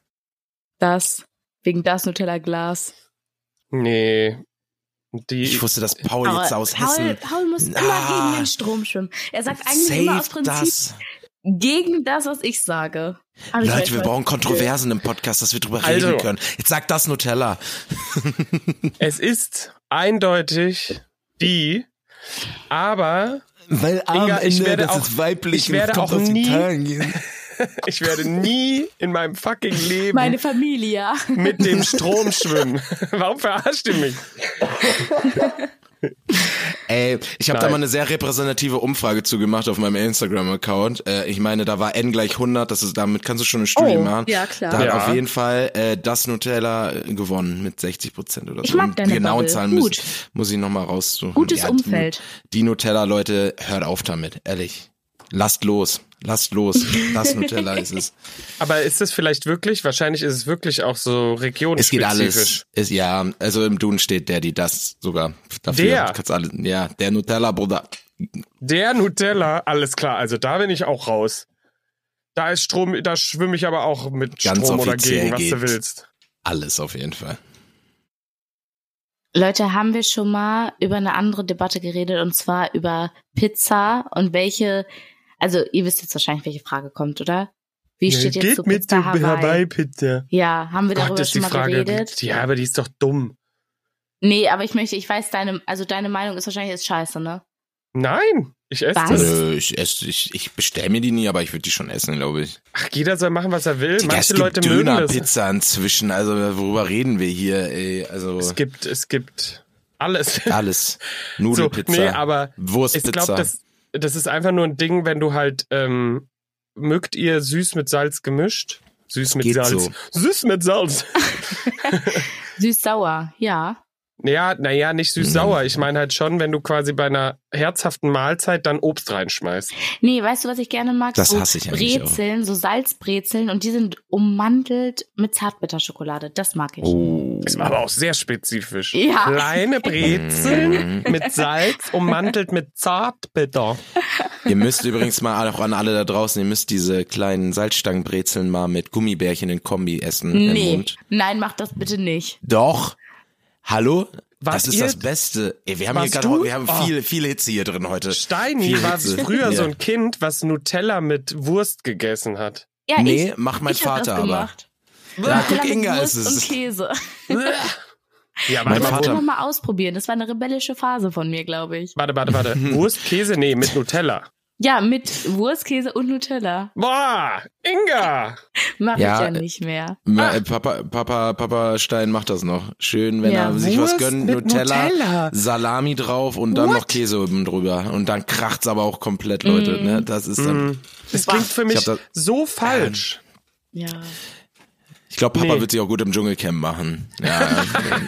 Speaker 1: Das, wegen das Nutella-Glas.
Speaker 3: Nee. Die,
Speaker 2: Ich wusste, dass Paul
Speaker 1: Aber
Speaker 2: jetzt aus
Speaker 1: Paul,
Speaker 2: Hessen...
Speaker 1: Paul muss immer
Speaker 2: Ah.
Speaker 1: gegen den Strom schwimmen. Er sagt eigentlich immer aus
Speaker 2: Save
Speaker 1: Prinzip
Speaker 2: das.
Speaker 1: gegen das, was ich sage. Aber ich weiß
Speaker 2: Leute, wir
Speaker 1: was.
Speaker 2: brauchen Kontroversen im Podcast, dass wir drüber
Speaker 3: Also.
Speaker 2: reden können. Jetzt sag das Nutella.
Speaker 3: es ist eindeutig die, aber
Speaker 2: Weil am
Speaker 3: Inga, ich
Speaker 2: Ende,
Speaker 3: werde
Speaker 2: das
Speaker 3: auch-
Speaker 2: ist weiblich
Speaker 3: ich
Speaker 2: und es
Speaker 3: werde
Speaker 2: kommt
Speaker 3: auch
Speaker 2: aus
Speaker 3: nie-
Speaker 2: Italien.
Speaker 3: ich werde nie in meinem fucking Leben
Speaker 1: Meine Familie.
Speaker 3: mit dem Strom schwimmen. Warum verarscht ihr mich?
Speaker 2: Ey, ich habe da
Speaker 3: Nein.
Speaker 2: mal eine sehr repräsentative Umfrage zugemacht auf meinem Instagram-Account. Äh, ich meine, da war N gleich hundert, das ist, damit kannst du schon eine Studie
Speaker 1: Oh,
Speaker 2: machen.
Speaker 1: ja, klar.
Speaker 2: Da hat
Speaker 3: Ja.
Speaker 2: auf jeden Fall äh, das Nutella äh, gewonnen mit sechzig Prozent oder so.
Speaker 1: Ich mag
Speaker 2: Und
Speaker 1: deine
Speaker 2: die genauen
Speaker 1: Bubble.
Speaker 2: Zahlen
Speaker 1: Gut.
Speaker 2: muss, muss ich nochmal raussuchen.
Speaker 1: Gutes
Speaker 2: Ja,
Speaker 1: Umfeld.
Speaker 2: Die, die Nutella-Leute, hört auf damit, ehrlich. Lasst los, lasst los. Das Nutella ist es.
Speaker 3: Aber ist es vielleicht wirklich, wahrscheinlich ist es wirklich auch so
Speaker 2: Es geht
Speaker 3: regionsspezifisch.
Speaker 2: alles. Ist, ja, also im Duden steht der, die das sogar. Dafür
Speaker 3: Der?
Speaker 2: kannst alles, ja, der Nutella, Bruder.
Speaker 3: Der Nutella, alles klar, also da bin ich auch raus. Da ist Strom, da schwimme ich aber auch mit
Speaker 2: Ganz
Speaker 3: Strom oder
Speaker 2: offiziell
Speaker 3: gegen, was du
Speaker 2: geht.
Speaker 3: willst.
Speaker 2: Alles auf jeden Fall.
Speaker 1: Leute, haben wir schon mal über eine andere Debatte geredet, und zwar über Pizza und welche, also ihr wisst jetzt wahrscheinlich, welche Frage kommt, oder? Wie steht jetzt zu Pizza Hawaii?
Speaker 3: Pizza.
Speaker 1: Ja, haben wir darüber
Speaker 3: Gott, ist
Speaker 1: schon
Speaker 3: die
Speaker 1: mal
Speaker 3: Frage.
Speaker 1: geredet?
Speaker 3: Ja, aber die ist doch dumm.
Speaker 1: Nee, aber ich möchte, ich weiß deine, also deine Meinung ist wahrscheinlich jetzt scheiße, ne?
Speaker 3: Nein, ich esse
Speaker 1: Was?
Speaker 3: das.
Speaker 2: Nö, ich esse, ich, ich bestell mir die nie, aber ich würde die schon essen, glaube ich.
Speaker 3: Ach, jeder soll machen, was er will.
Speaker 2: Digga,
Speaker 3: Manche
Speaker 2: es
Speaker 3: Leute
Speaker 2: gibt
Speaker 3: mögen das.
Speaker 2: Dönerpizza inzwischen, also worüber reden wir hier, ey, also
Speaker 3: Es gibt, es gibt alles.
Speaker 2: alles.
Speaker 3: So,
Speaker 2: Nudelpizza,
Speaker 3: nee, aber ich
Speaker 2: Wurstpizza.
Speaker 3: glaube, das, das ist einfach nur ein Ding, wenn du halt, ähm, mögt ihr süß mit Salz gemischt? Süß mit
Speaker 2: geht
Speaker 3: Salz.
Speaker 2: so.
Speaker 3: Süß mit Salz.
Speaker 1: Süß-sauer, ja.
Speaker 3: Ja, naja, nicht süß-sauer. Ich meine halt schon, wenn du quasi bei einer herzhaften Mahlzeit dann Obst reinschmeißt.
Speaker 1: Nee, weißt du, was ich gerne mag?
Speaker 2: Das
Speaker 1: so
Speaker 2: hasse ich eigentlich
Speaker 1: Brezeln, so Salzbrezeln und die sind ummantelt mit Zartbitterschokolade. Das mag ich.
Speaker 2: Oh.
Speaker 3: Das war aber auch sehr spezifisch.
Speaker 1: Ja.
Speaker 3: Kleine Brezeln mit Salz ummantelt mit Zartbitter.
Speaker 2: Ihr müsst übrigens mal auch an alle da draußen, ihr müsst diese kleinen Salzstangenbrezeln mal mit Gummibärchen in Kombi essen.
Speaker 1: Nee,
Speaker 2: Im Mund.
Speaker 1: nein, mach das bitte nicht.
Speaker 2: Doch. Hallo?
Speaker 3: Was
Speaker 2: das ist
Speaker 3: ihr-
Speaker 2: das Beste. Ey, wir haben hier
Speaker 3: Was
Speaker 2: gerade,
Speaker 3: du?
Speaker 2: wir haben
Speaker 3: Oh.
Speaker 2: viele, viele Hitze hier drin heute.
Speaker 3: Steini
Speaker 2: Viel
Speaker 3: war
Speaker 2: Hitze.
Speaker 3: früher
Speaker 2: Ja.
Speaker 3: so ein Kind, was Nutella mit Wurst gegessen hat.
Speaker 1: Ja,
Speaker 2: Nee,
Speaker 1: ich,
Speaker 2: macht mein
Speaker 1: ich hab
Speaker 2: Vater
Speaker 1: das
Speaker 2: aber.
Speaker 1: gemacht.
Speaker 2: Ja, guck,
Speaker 1: mit
Speaker 2: Inga
Speaker 1: Wurst
Speaker 2: ist
Speaker 1: und
Speaker 2: es.
Speaker 1: Käse.
Speaker 3: Ja,
Speaker 2: Mein
Speaker 3: warte mal,
Speaker 2: Vater-
Speaker 1: Immer mal ausprobieren. Das war eine rebellische Phase von mir, glaube ich.
Speaker 3: warte, warte, warte. Wurst, Käse, nee, mit Nutella.
Speaker 1: Ja, mit Wurst, Käse und Nutella.
Speaker 3: Boah, Inga!
Speaker 1: Mach
Speaker 2: Ja,
Speaker 1: ich ja nicht mehr.
Speaker 2: Ma- äh, Papa, Papa, Papa Stein macht das noch. Schön, wenn
Speaker 1: Ja.
Speaker 2: er sich was
Speaker 3: Wurst
Speaker 2: gönnt,
Speaker 3: mit
Speaker 2: Nutella,
Speaker 3: Nutella.
Speaker 2: Salami drauf und dann
Speaker 3: What?
Speaker 2: noch Käse oben drüber. Und dann kracht's aber auch komplett, Leute.
Speaker 1: Mm.
Speaker 2: Ne? Das ist dann.
Speaker 3: Mm. Das klingt für mich
Speaker 2: Ich hab
Speaker 3: so falsch.
Speaker 1: Ja.
Speaker 2: Ich glaube, Papa
Speaker 3: Nee.
Speaker 2: wird sich auch gut im Dschungelcamp machen. Ja,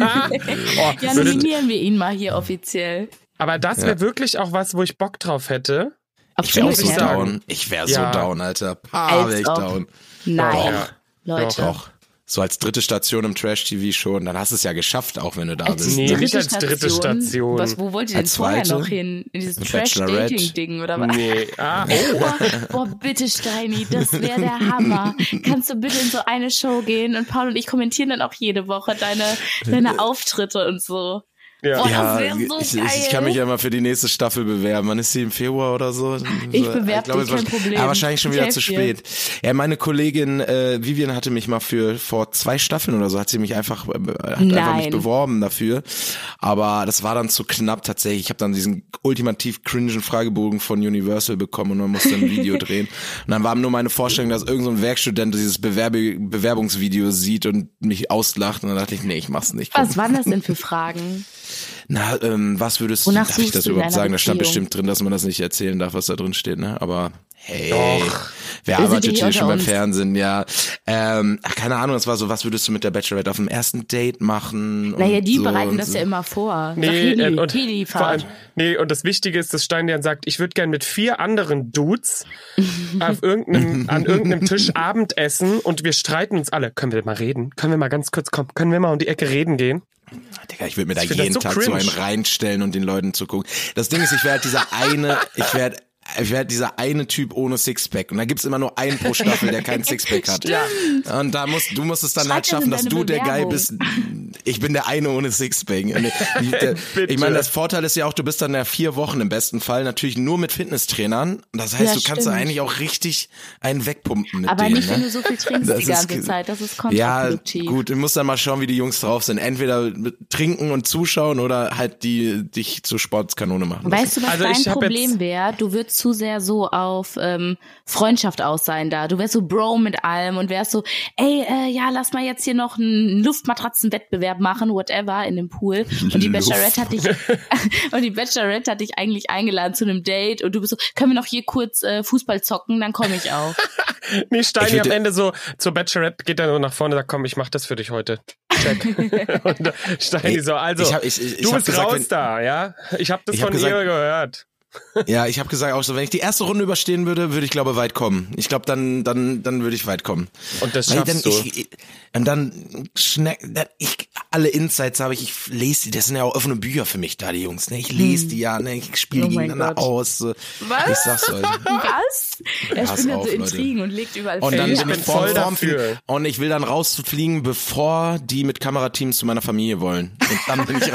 Speaker 3: Oh,
Speaker 1: Ja,
Speaker 3: würde,
Speaker 1: nominieren wir ihn mal hier offiziell.
Speaker 3: aber das wäre wirklich auch was, wo ich Bock drauf hätte.
Speaker 1: Auf
Speaker 2: ich wäre auch so
Speaker 3: ich sagen.
Speaker 2: down. Ich wäre
Speaker 3: Ja.
Speaker 2: so down, Alter. Ah,
Speaker 1: Als
Speaker 2: wäre ich
Speaker 1: ob.
Speaker 2: down.
Speaker 1: Nein,
Speaker 3: Ja.
Speaker 1: Leute.
Speaker 2: Doch. So als dritte Station im Trash-T V schon. Dann hast du es ja geschafft, auch wenn du da
Speaker 1: Als
Speaker 2: bist.
Speaker 3: Nee,
Speaker 2: ne?
Speaker 3: nicht als dritte Station.
Speaker 1: Was, wo wollt ihr denn
Speaker 2: Als
Speaker 1: vorher
Speaker 2: zweite?
Speaker 1: noch hin? In dieses
Speaker 2: Bachelorette.
Speaker 1: Trash-Dating-Ding oder was?
Speaker 3: Nee, ah, oh.
Speaker 1: Boah, boah, bitte Steini, das wäre der Hammer. Kannst du bitte in so eine Show gehen und Paul und ich kommentieren dann auch jede Woche deine, deine Auftritte und so.
Speaker 3: Ja.
Speaker 1: Boah,
Speaker 2: Ja,
Speaker 1: das wäre so
Speaker 2: ich,
Speaker 1: geil.
Speaker 2: ich, ich kann mich ja mal für die nächste Staffel bewerben. Wann ist sie im Februar oder so?
Speaker 1: Ich
Speaker 2: So,
Speaker 1: bewerb
Speaker 2: glaube,
Speaker 1: dich,
Speaker 2: es
Speaker 1: kein
Speaker 2: war-
Speaker 1: Problem.
Speaker 2: Ja, wahrscheinlich schon
Speaker 1: Ich
Speaker 2: wieder
Speaker 1: helf
Speaker 2: zu
Speaker 1: dir.
Speaker 2: spät. Ja, meine Kollegin äh, Vivian hatte mich mal für vor zwei Staffeln oder so, hat sie mich einfach, äh, hat einfach mich
Speaker 1: Nein.
Speaker 2: beworben dafür. Aber das war dann zu knapp tatsächlich. Ich habe dann diesen ultimativ cringen Fragebogen von Universal bekommen und man musste ein Video drehen. Und dann war nur meine Vorstellung, dass irgend so ein Werkstudent dieses Bewerbe Bewerbungsvideo sieht und mich auslacht. Und dann dachte ich, nee, ich mach's nicht. Komm.
Speaker 1: Was waren das denn für Fragen?
Speaker 2: Na, ähm, was würdest
Speaker 1: Wonach
Speaker 2: du, darf ich
Speaker 1: suchst
Speaker 2: das
Speaker 1: du in
Speaker 2: überhaupt
Speaker 1: deiner
Speaker 2: sagen? Da stand
Speaker 1: Beziehung?
Speaker 2: bestimmt drin, dass man das nicht erzählen darf, was da drin steht, ne? Aber hey,
Speaker 3: Doch.
Speaker 2: wer
Speaker 1: Wir sind
Speaker 2: arbeitet
Speaker 1: hier
Speaker 2: hier
Speaker 1: unter
Speaker 2: schon beim
Speaker 1: uns.
Speaker 2: Fernsehen? Ja, ähm, ach, keine Ahnung, das war so, was würdest du mit der Bachelorette auf dem ersten Date machen?
Speaker 1: Naja,
Speaker 2: und
Speaker 1: die
Speaker 2: so
Speaker 1: bereiten
Speaker 2: und
Speaker 1: das
Speaker 2: so.
Speaker 1: ja immer vor.
Speaker 3: Nee,
Speaker 1: Sag Heli,
Speaker 3: äh, und,
Speaker 1: Heli-Fahrt.
Speaker 3: vor allem, nee, und das Wichtige ist, dass Stein dann sagt, ich würde gern mit vier anderen Dudes auf irgendeinem, an irgendeinem Tisch Abendessen und wir streiten uns alle. Können wir mal reden? Können wir mal ganz kurz kommen? Können wir mal um die Ecke reden gehen?
Speaker 2: Digga, ich würde mir da
Speaker 3: Ich find das
Speaker 2: jeden
Speaker 3: so
Speaker 2: Tag so
Speaker 3: cringe.
Speaker 2: einen reinstellen und den Leuten zugucken. Das Ding ist, ich werde dieser eine, ich werde ich werde dieser eine Typ ohne Sixpack und da gibt's immer nur einen pro Staffel, der keinen Sixpack hat.
Speaker 3: Ja.
Speaker 2: Und da musst du musst es dann
Speaker 1: Schreib
Speaker 2: halt
Speaker 1: das in
Speaker 2: schaffen, dass
Speaker 1: deine
Speaker 2: du der Guy
Speaker 1: Bewerbung.
Speaker 2: bist. Ich bin der eine ohne Sixpack. Und ich, der,
Speaker 3: Bitte.
Speaker 2: ich meine, das Vorteil ist ja auch, du bist dann ja vier Wochen im besten Fall natürlich nur mit Fitnesstrainern. Das heißt,
Speaker 1: Ja,
Speaker 2: du kannst da
Speaker 1: stimmt.
Speaker 2: eigentlich auch richtig einen wegpumpen mit
Speaker 1: Aber
Speaker 2: denen.
Speaker 1: nicht,
Speaker 2: ne?
Speaker 1: wenn du so viel trinkst
Speaker 2: Das
Speaker 1: die
Speaker 2: ist
Speaker 1: ganze
Speaker 2: ge-
Speaker 1: Zeit. Das ist
Speaker 2: Ja,
Speaker 1: kontraproduktiv.
Speaker 2: gut, du musst dann mal schauen, wie die Jungs drauf sind. Entweder mit trinken und zuschauen oder halt die dich zur Sportskanone machen.
Speaker 1: Weißt du, was
Speaker 3: Also ich
Speaker 1: dein
Speaker 3: hab
Speaker 1: Problem
Speaker 3: jetzt-
Speaker 1: wäre? Du würdest zu sehr so auf ähm, Freundschaft aus sein da. Du wärst so Bro mit allem und wärst so, ey, äh, ja, lass mal jetzt hier noch einen Luftmatratzenwettbewerb machen, whatever, in dem Pool. Und die
Speaker 2: Luft.
Speaker 1: Bachelorette hat dich und die Bachelorette hat dich eigentlich eingeladen zu einem Date und du bist so, können wir noch hier kurz äh, Fußball zocken, dann komme ich auch.
Speaker 3: Nee,
Speaker 2: Ich
Speaker 3: Steini
Speaker 2: würd-
Speaker 3: am Ende so zur Bachelorette geht dann so nach vorne und sagt, komm, ich mach das für dich heute. Check. Und Steini
Speaker 2: Nee,
Speaker 3: so, also,
Speaker 2: ich hab- ich- ich- ich
Speaker 3: du
Speaker 2: hab
Speaker 3: bist
Speaker 2: gesagt,
Speaker 3: raus
Speaker 2: wenn-
Speaker 3: da, ja? Ich hab das
Speaker 2: Ich hab
Speaker 3: von
Speaker 2: gesagt-
Speaker 3: ihr gehört.
Speaker 2: Ja, ich habe gesagt auch so, wenn ich die erste Runde überstehen würde, würde ich glaube weit kommen. Ich glaube, dann dann dann würde ich weit kommen.
Speaker 3: Und das
Speaker 2: Weil
Speaker 3: schaffst
Speaker 2: dann,
Speaker 3: du.
Speaker 2: Ich, ich- und dann schnell, dann ich alle Insights habe ich, ich lese die, das sind ja auch offene Bücher für mich da, die Jungs. Ne? Ich lese die ja, ne? Ich spiele
Speaker 1: Oh
Speaker 2: die
Speaker 1: mein
Speaker 2: gegeneinander
Speaker 1: Gott.
Speaker 2: aus. So.
Speaker 1: Was?
Speaker 2: Ich sag's euch.
Speaker 1: Was? Er
Speaker 2: Pass
Speaker 1: spinnt
Speaker 2: auf,
Speaker 1: so
Speaker 2: Leute.
Speaker 1: Intrigen und legt überall
Speaker 2: Und dann
Speaker 3: Ey, ich
Speaker 2: bin ich
Speaker 3: bin
Speaker 2: vor
Speaker 3: voll
Speaker 2: vorm
Speaker 3: dafür.
Speaker 2: Fliegen. Und ich will dann rausfliegen, bevor die mit Kamerateams zu meiner Familie wollen. Und dann bin ich,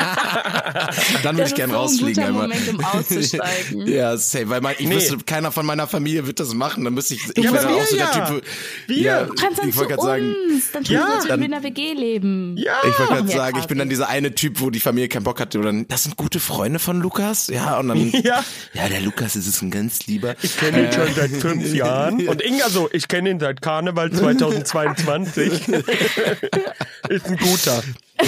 Speaker 2: dann würde
Speaker 1: Das
Speaker 2: ich gern
Speaker 1: ist so
Speaker 2: rausfliegen
Speaker 1: ein guter
Speaker 2: einmal.
Speaker 1: Moment, um auszusteigen.
Speaker 2: Ja, safe, weil man, ich
Speaker 3: Nee.
Speaker 2: wüsste, keiner von meiner Familie wird das machen. Dann müsste ich, ich
Speaker 3: Ja,
Speaker 2: wäre
Speaker 3: aber
Speaker 2: auch
Speaker 3: wir
Speaker 2: so der
Speaker 3: ja.
Speaker 2: Typ, wo,
Speaker 3: Wir.
Speaker 2: ja,
Speaker 1: Du kannst dann
Speaker 2: ich
Speaker 1: zu
Speaker 2: wollte gerade sagen,
Speaker 1: uns. Dann tun
Speaker 3: Ja,
Speaker 1: wir so, als würden
Speaker 2: dann-
Speaker 1: wir in einer W G leben.
Speaker 3: Ja.
Speaker 2: ich wollte gerade
Speaker 1: Ja,
Speaker 2: sagen, ich
Speaker 1: quasi.
Speaker 2: bin dann dieser eine Typ, wo die Familie keinen Bock hatte. Oder das sind gute Freunde von Lukas, ja, und dann,
Speaker 3: Ja.
Speaker 2: ja, der Lukas ist es ein ganz lieber.
Speaker 3: Ich kenne ihn schon seit fünf Jahren. Und Inga so, ich kenne ihn seit Karneval zweitausendzweiundzwanzig. Ist ein guter.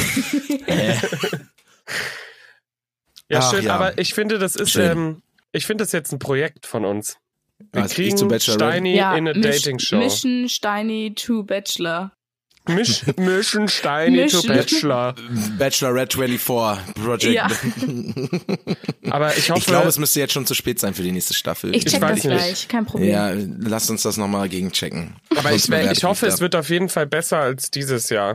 Speaker 3: Ja,
Speaker 2: Ach,
Speaker 3: schön,
Speaker 2: ja.
Speaker 3: aber ich finde, das ist,
Speaker 2: Schön.
Speaker 3: ähm, ich finde das jetzt ein Projekt von uns. Wir
Speaker 2: Also ich
Speaker 3: kriegen
Speaker 2: zu Bachelorette?
Speaker 3: Steini in eine
Speaker 1: Misch-
Speaker 3: Dating-Show.
Speaker 1: Mission Steini to Bachelor.
Speaker 3: Misch, mischen Steini to
Speaker 1: Mischen.
Speaker 3: Bachelor.
Speaker 2: Bachelorette vierundzwanzig Project.
Speaker 1: Ja.
Speaker 3: Aber ich hoffe...
Speaker 2: Ich glaube, es müsste jetzt schon zu spät sein für die nächste Staffel.
Speaker 1: Ich check
Speaker 3: weiß
Speaker 1: das
Speaker 3: nicht.
Speaker 1: gleich, kein Problem.
Speaker 2: Ja, lasst uns das nochmal gegenchecken.
Speaker 3: aber ich,
Speaker 2: Sonst bewerte
Speaker 3: ich hoffe,
Speaker 2: mich
Speaker 3: es
Speaker 2: da.
Speaker 3: wird auf jeden Fall besser als dieses Jahr.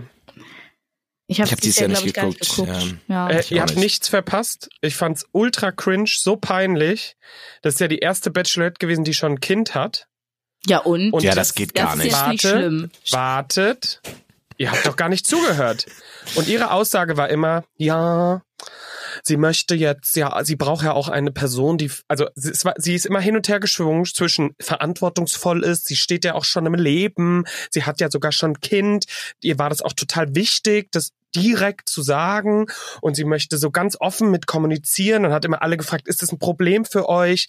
Speaker 1: Ich habe
Speaker 2: Ich hab dieses Jahr nicht
Speaker 1: glaub ich,
Speaker 2: geguckt,
Speaker 1: Gar nicht geguckt.
Speaker 2: ja.
Speaker 1: Ja.
Speaker 3: Äh,
Speaker 2: Ich
Speaker 3: ihr
Speaker 2: auch
Speaker 3: habt
Speaker 2: nicht.
Speaker 3: nichts verpasst. Ich fand's ultra cringe, so peinlich. Das ist ja die erste Bachelorette gewesen, die schon ein Kind hat.
Speaker 1: ja, und?
Speaker 3: Und
Speaker 2: Ja,
Speaker 3: das-
Speaker 2: das geht
Speaker 1: das
Speaker 2: gar
Speaker 1: ist
Speaker 2: nicht.
Speaker 1: jetzt nicht
Speaker 3: Warte.
Speaker 1: schlimm.
Speaker 3: Wartet. Ihr habt doch gar nicht zugehört. Und ihre Aussage war immer, ja, sie möchte jetzt, ja, sie braucht ja auch eine Person, die, also sie ist, sie ist immer hin und her geschwungen zwischen verantwortungsvoll ist, sie steht ja auch schon im Leben, sie hat ja sogar schon ein Kind, ihr war das auch total wichtig, das direkt zu sagen und sie möchte so ganz offen mit kommunizieren und hat immer alle gefragt, ist das ein Problem für euch?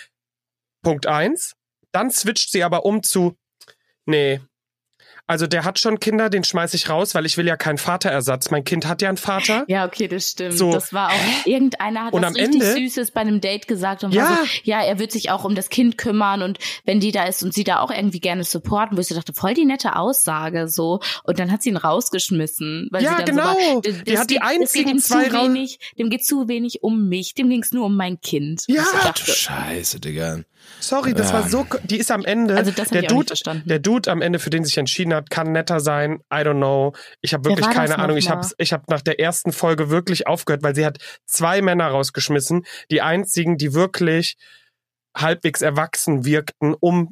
Speaker 3: Punkt eins. Dann switcht sie aber um zu, nee, also der hat schon Kinder, den schmeiß ich raus, weil ich will ja keinen Vaterersatz. Mein Kind hat ja einen Vater.
Speaker 1: Ja, okay, das stimmt.
Speaker 3: So.
Speaker 1: Das war auch, irgendeiner hat
Speaker 3: Und
Speaker 1: was
Speaker 3: am
Speaker 1: richtig
Speaker 3: Ende-
Speaker 1: Süßes bei einem Date gesagt und
Speaker 3: Ja.
Speaker 1: war so, ja, er wird sich auch um das Kind kümmern und wenn die da ist und sie da auch irgendwie gerne supporten, wo ich so dachte, voll die nette Aussage, so. Und dann hat sie ihn rausgeschmissen. Weil
Speaker 3: Ja,
Speaker 1: sie dann
Speaker 3: genau.
Speaker 1: So war,
Speaker 3: Die
Speaker 1: das
Speaker 3: hat die
Speaker 1: geht- das geht
Speaker 3: einzigen
Speaker 1: ihm
Speaker 3: zwei
Speaker 1: zu
Speaker 3: raus-
Speaker 1: wenig, dem geht zu wenig um mich, dem ging's nur um mein Kind.
Speaker 3: Ja.
Speaker 1: Und ich so
Speaker 2: Ach
Speaker 1: dachte,
Speaker 2: du Scheiße, Digga.
Speaker 3: Sorry, das
Speaker 2: Ja.
Speaker 3: war so, die ist am Ende,
Speaker 1: Also das hab
Speaker 3: der
Speaker 1: ich auch nicht
Speaker 3: Dude,
Speaker 1: verstanden.
Speaker 3: der Dude am Ende, für den sich entschieden hat, kann netter sein, I don't know. Ich habe
Speaker 1: Wer
Speaker 3: wirklich
Speaker 1: war das
Speaker 3: keine Ahnung. Ich
Speaker 1: noch
Speaker 3: habe
Speaker 1: mal?
Speaker 3: ich hab nach der ersten Folge wirklich aufgehört, weil sie hat zwei Männer rausgeschmissen, die einzigen, die wirklich halbwegs erwachsen wirkten, um,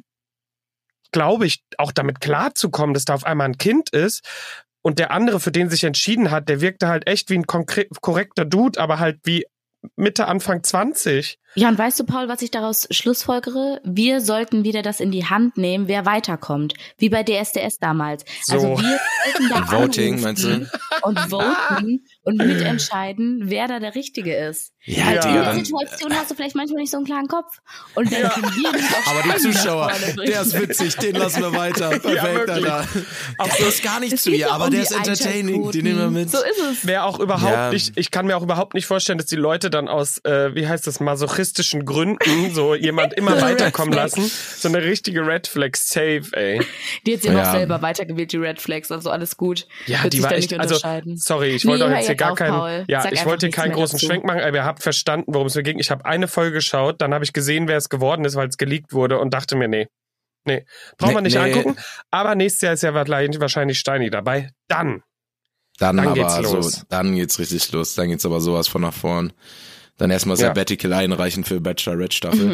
Speaker 3: glaube ich, auch damit klarzukommen, dass da auf einmal ein Kind ist. Und der andere, für den sich entschieden hat, der wirkte halt echt wie ein konkre- korrekter Dude, aber halt wie Mitte, Anfang zwanzig.
Speaker 1: Ja, und weißt du, Paul, was ich daraus schlussfolgere? Wir sollten wieder das in die Hand nehmen, wer weiterkommt. Wie bei D S D S damals.
Speaker 3: So.
Speaker 1: Also wir sollten da
Speaker 2: Voting,
Speaker 1: anrufen
Speaker 2: meinst du?
Speaker 1: und voten und mitentscheiden, wer da der Richtige ist.
Speaker 2: Ja,
Speaker 1: Weil
Speaker 3: Ja.
Speaker 1: in
Speaker 2: Digga,
Speaker 1: der
Speaker 2: dann,
Speaker 1: Situation hast du vielleicht manchmal nicht so einen klaren Kopf. Und dann können wir nicht auf
Speaker 2: aber die
Speaker 1: Spannung nach
Speaker 2: Zuschauer,
Speaker 1: vorne bringen.
Speaker 2: der ist witzig, den lassen wir weiter. Perfekt,
Speaker 3: wirklich.
Speaker 2: Alter.
Speaker 3: Auch
Speaker 2: Der ist gar nicht
Speaker 1: Es
Speaker 2: zu
Speaker 1: geht
Speaker 2: ihr,
Speaker 1: doch
Speaker 2: aber
Speaker 1: um
Speaker 2: der
Speaker 1: die
Speaker 2: ist entertaining. Den nehmen wir mit.
Speaker 1: So ist es.
Speaker 3: Wer auch überhaupt
Speaker 2: Ja.
Speaker 3: nicht, ich kann mir auch überhaupt nicht vorstellen, dass die Leute dann aus, äh, wie heißt das, masochistischen Gründen so jemand immer
Speaker 1: Red
Speaker 3: weiterkommen
Speaker 1: Flag.
Speaker 3: lassen. So eine richtige Red Flag Safe, ey.
Speaker 1: Die hat sie noch
Speaker 2: Ja.
Speaker 1: selber weitergewählt, die Red Flags, also alles gut.
Speaker 3: Ja,
Speaker 1: Wird
Speaker 3: die
Speaker 1: sich
Speaker 3: war
Speaker 1: da
Speaker 3: echt,
Speaker 1: nicht
Speaker 3: also,
Speaker 1: unterscheiden.
Speaker 3: sorry, ich
Speaker 1: Nee,
Speaker 3: wollte auch
Speaker 1: hör
Speaker 3: jetzt hier
Speaker 1: jetzt
Speaker 3: gar
Speaker 1: auf,
Speaker 3: keinen,
Speaker 1: Paul.
Speaker 3: ja,
Speaker 1: Sag
Speaker 3: ich
Speaker 1: einfach
Speaker 3: wollte
Speaker 1: nichts
Speaker 3: keinen
Speaker 1: mehr
Speaker 3: großen
Speaker 1: dazu.
Speaker 3: Schwenk machen, aber ihr habt verstanden, worum es mir ging. Ich habe eine Folge geschaut, dann habe ich gesehen, wer es geworden ist, weil es geleakt wurde und dachte mir, nee, nee, brauchen wir
Speaker 2: Nee,
Speaker 3: nicht
Speaker 2: nee.
Speaker 3: angucken. Aber nächstes Jahr ist ja wahrscheinlich Steini dabei. Dann.
Speaker 2: Dann,
Speaker 3: Dann
Speaker 2: aber
Speaker 3: geht's
Speaker 2: so,
Speaker 3: los.
Speaker 2: dann geht's richtig los. Dann geht's aber sowas von nach vorn. Dann erstmal
Speaker 3: Ja.
Speaker 2: Sabbatical einreichen für Bachelorette Staffel.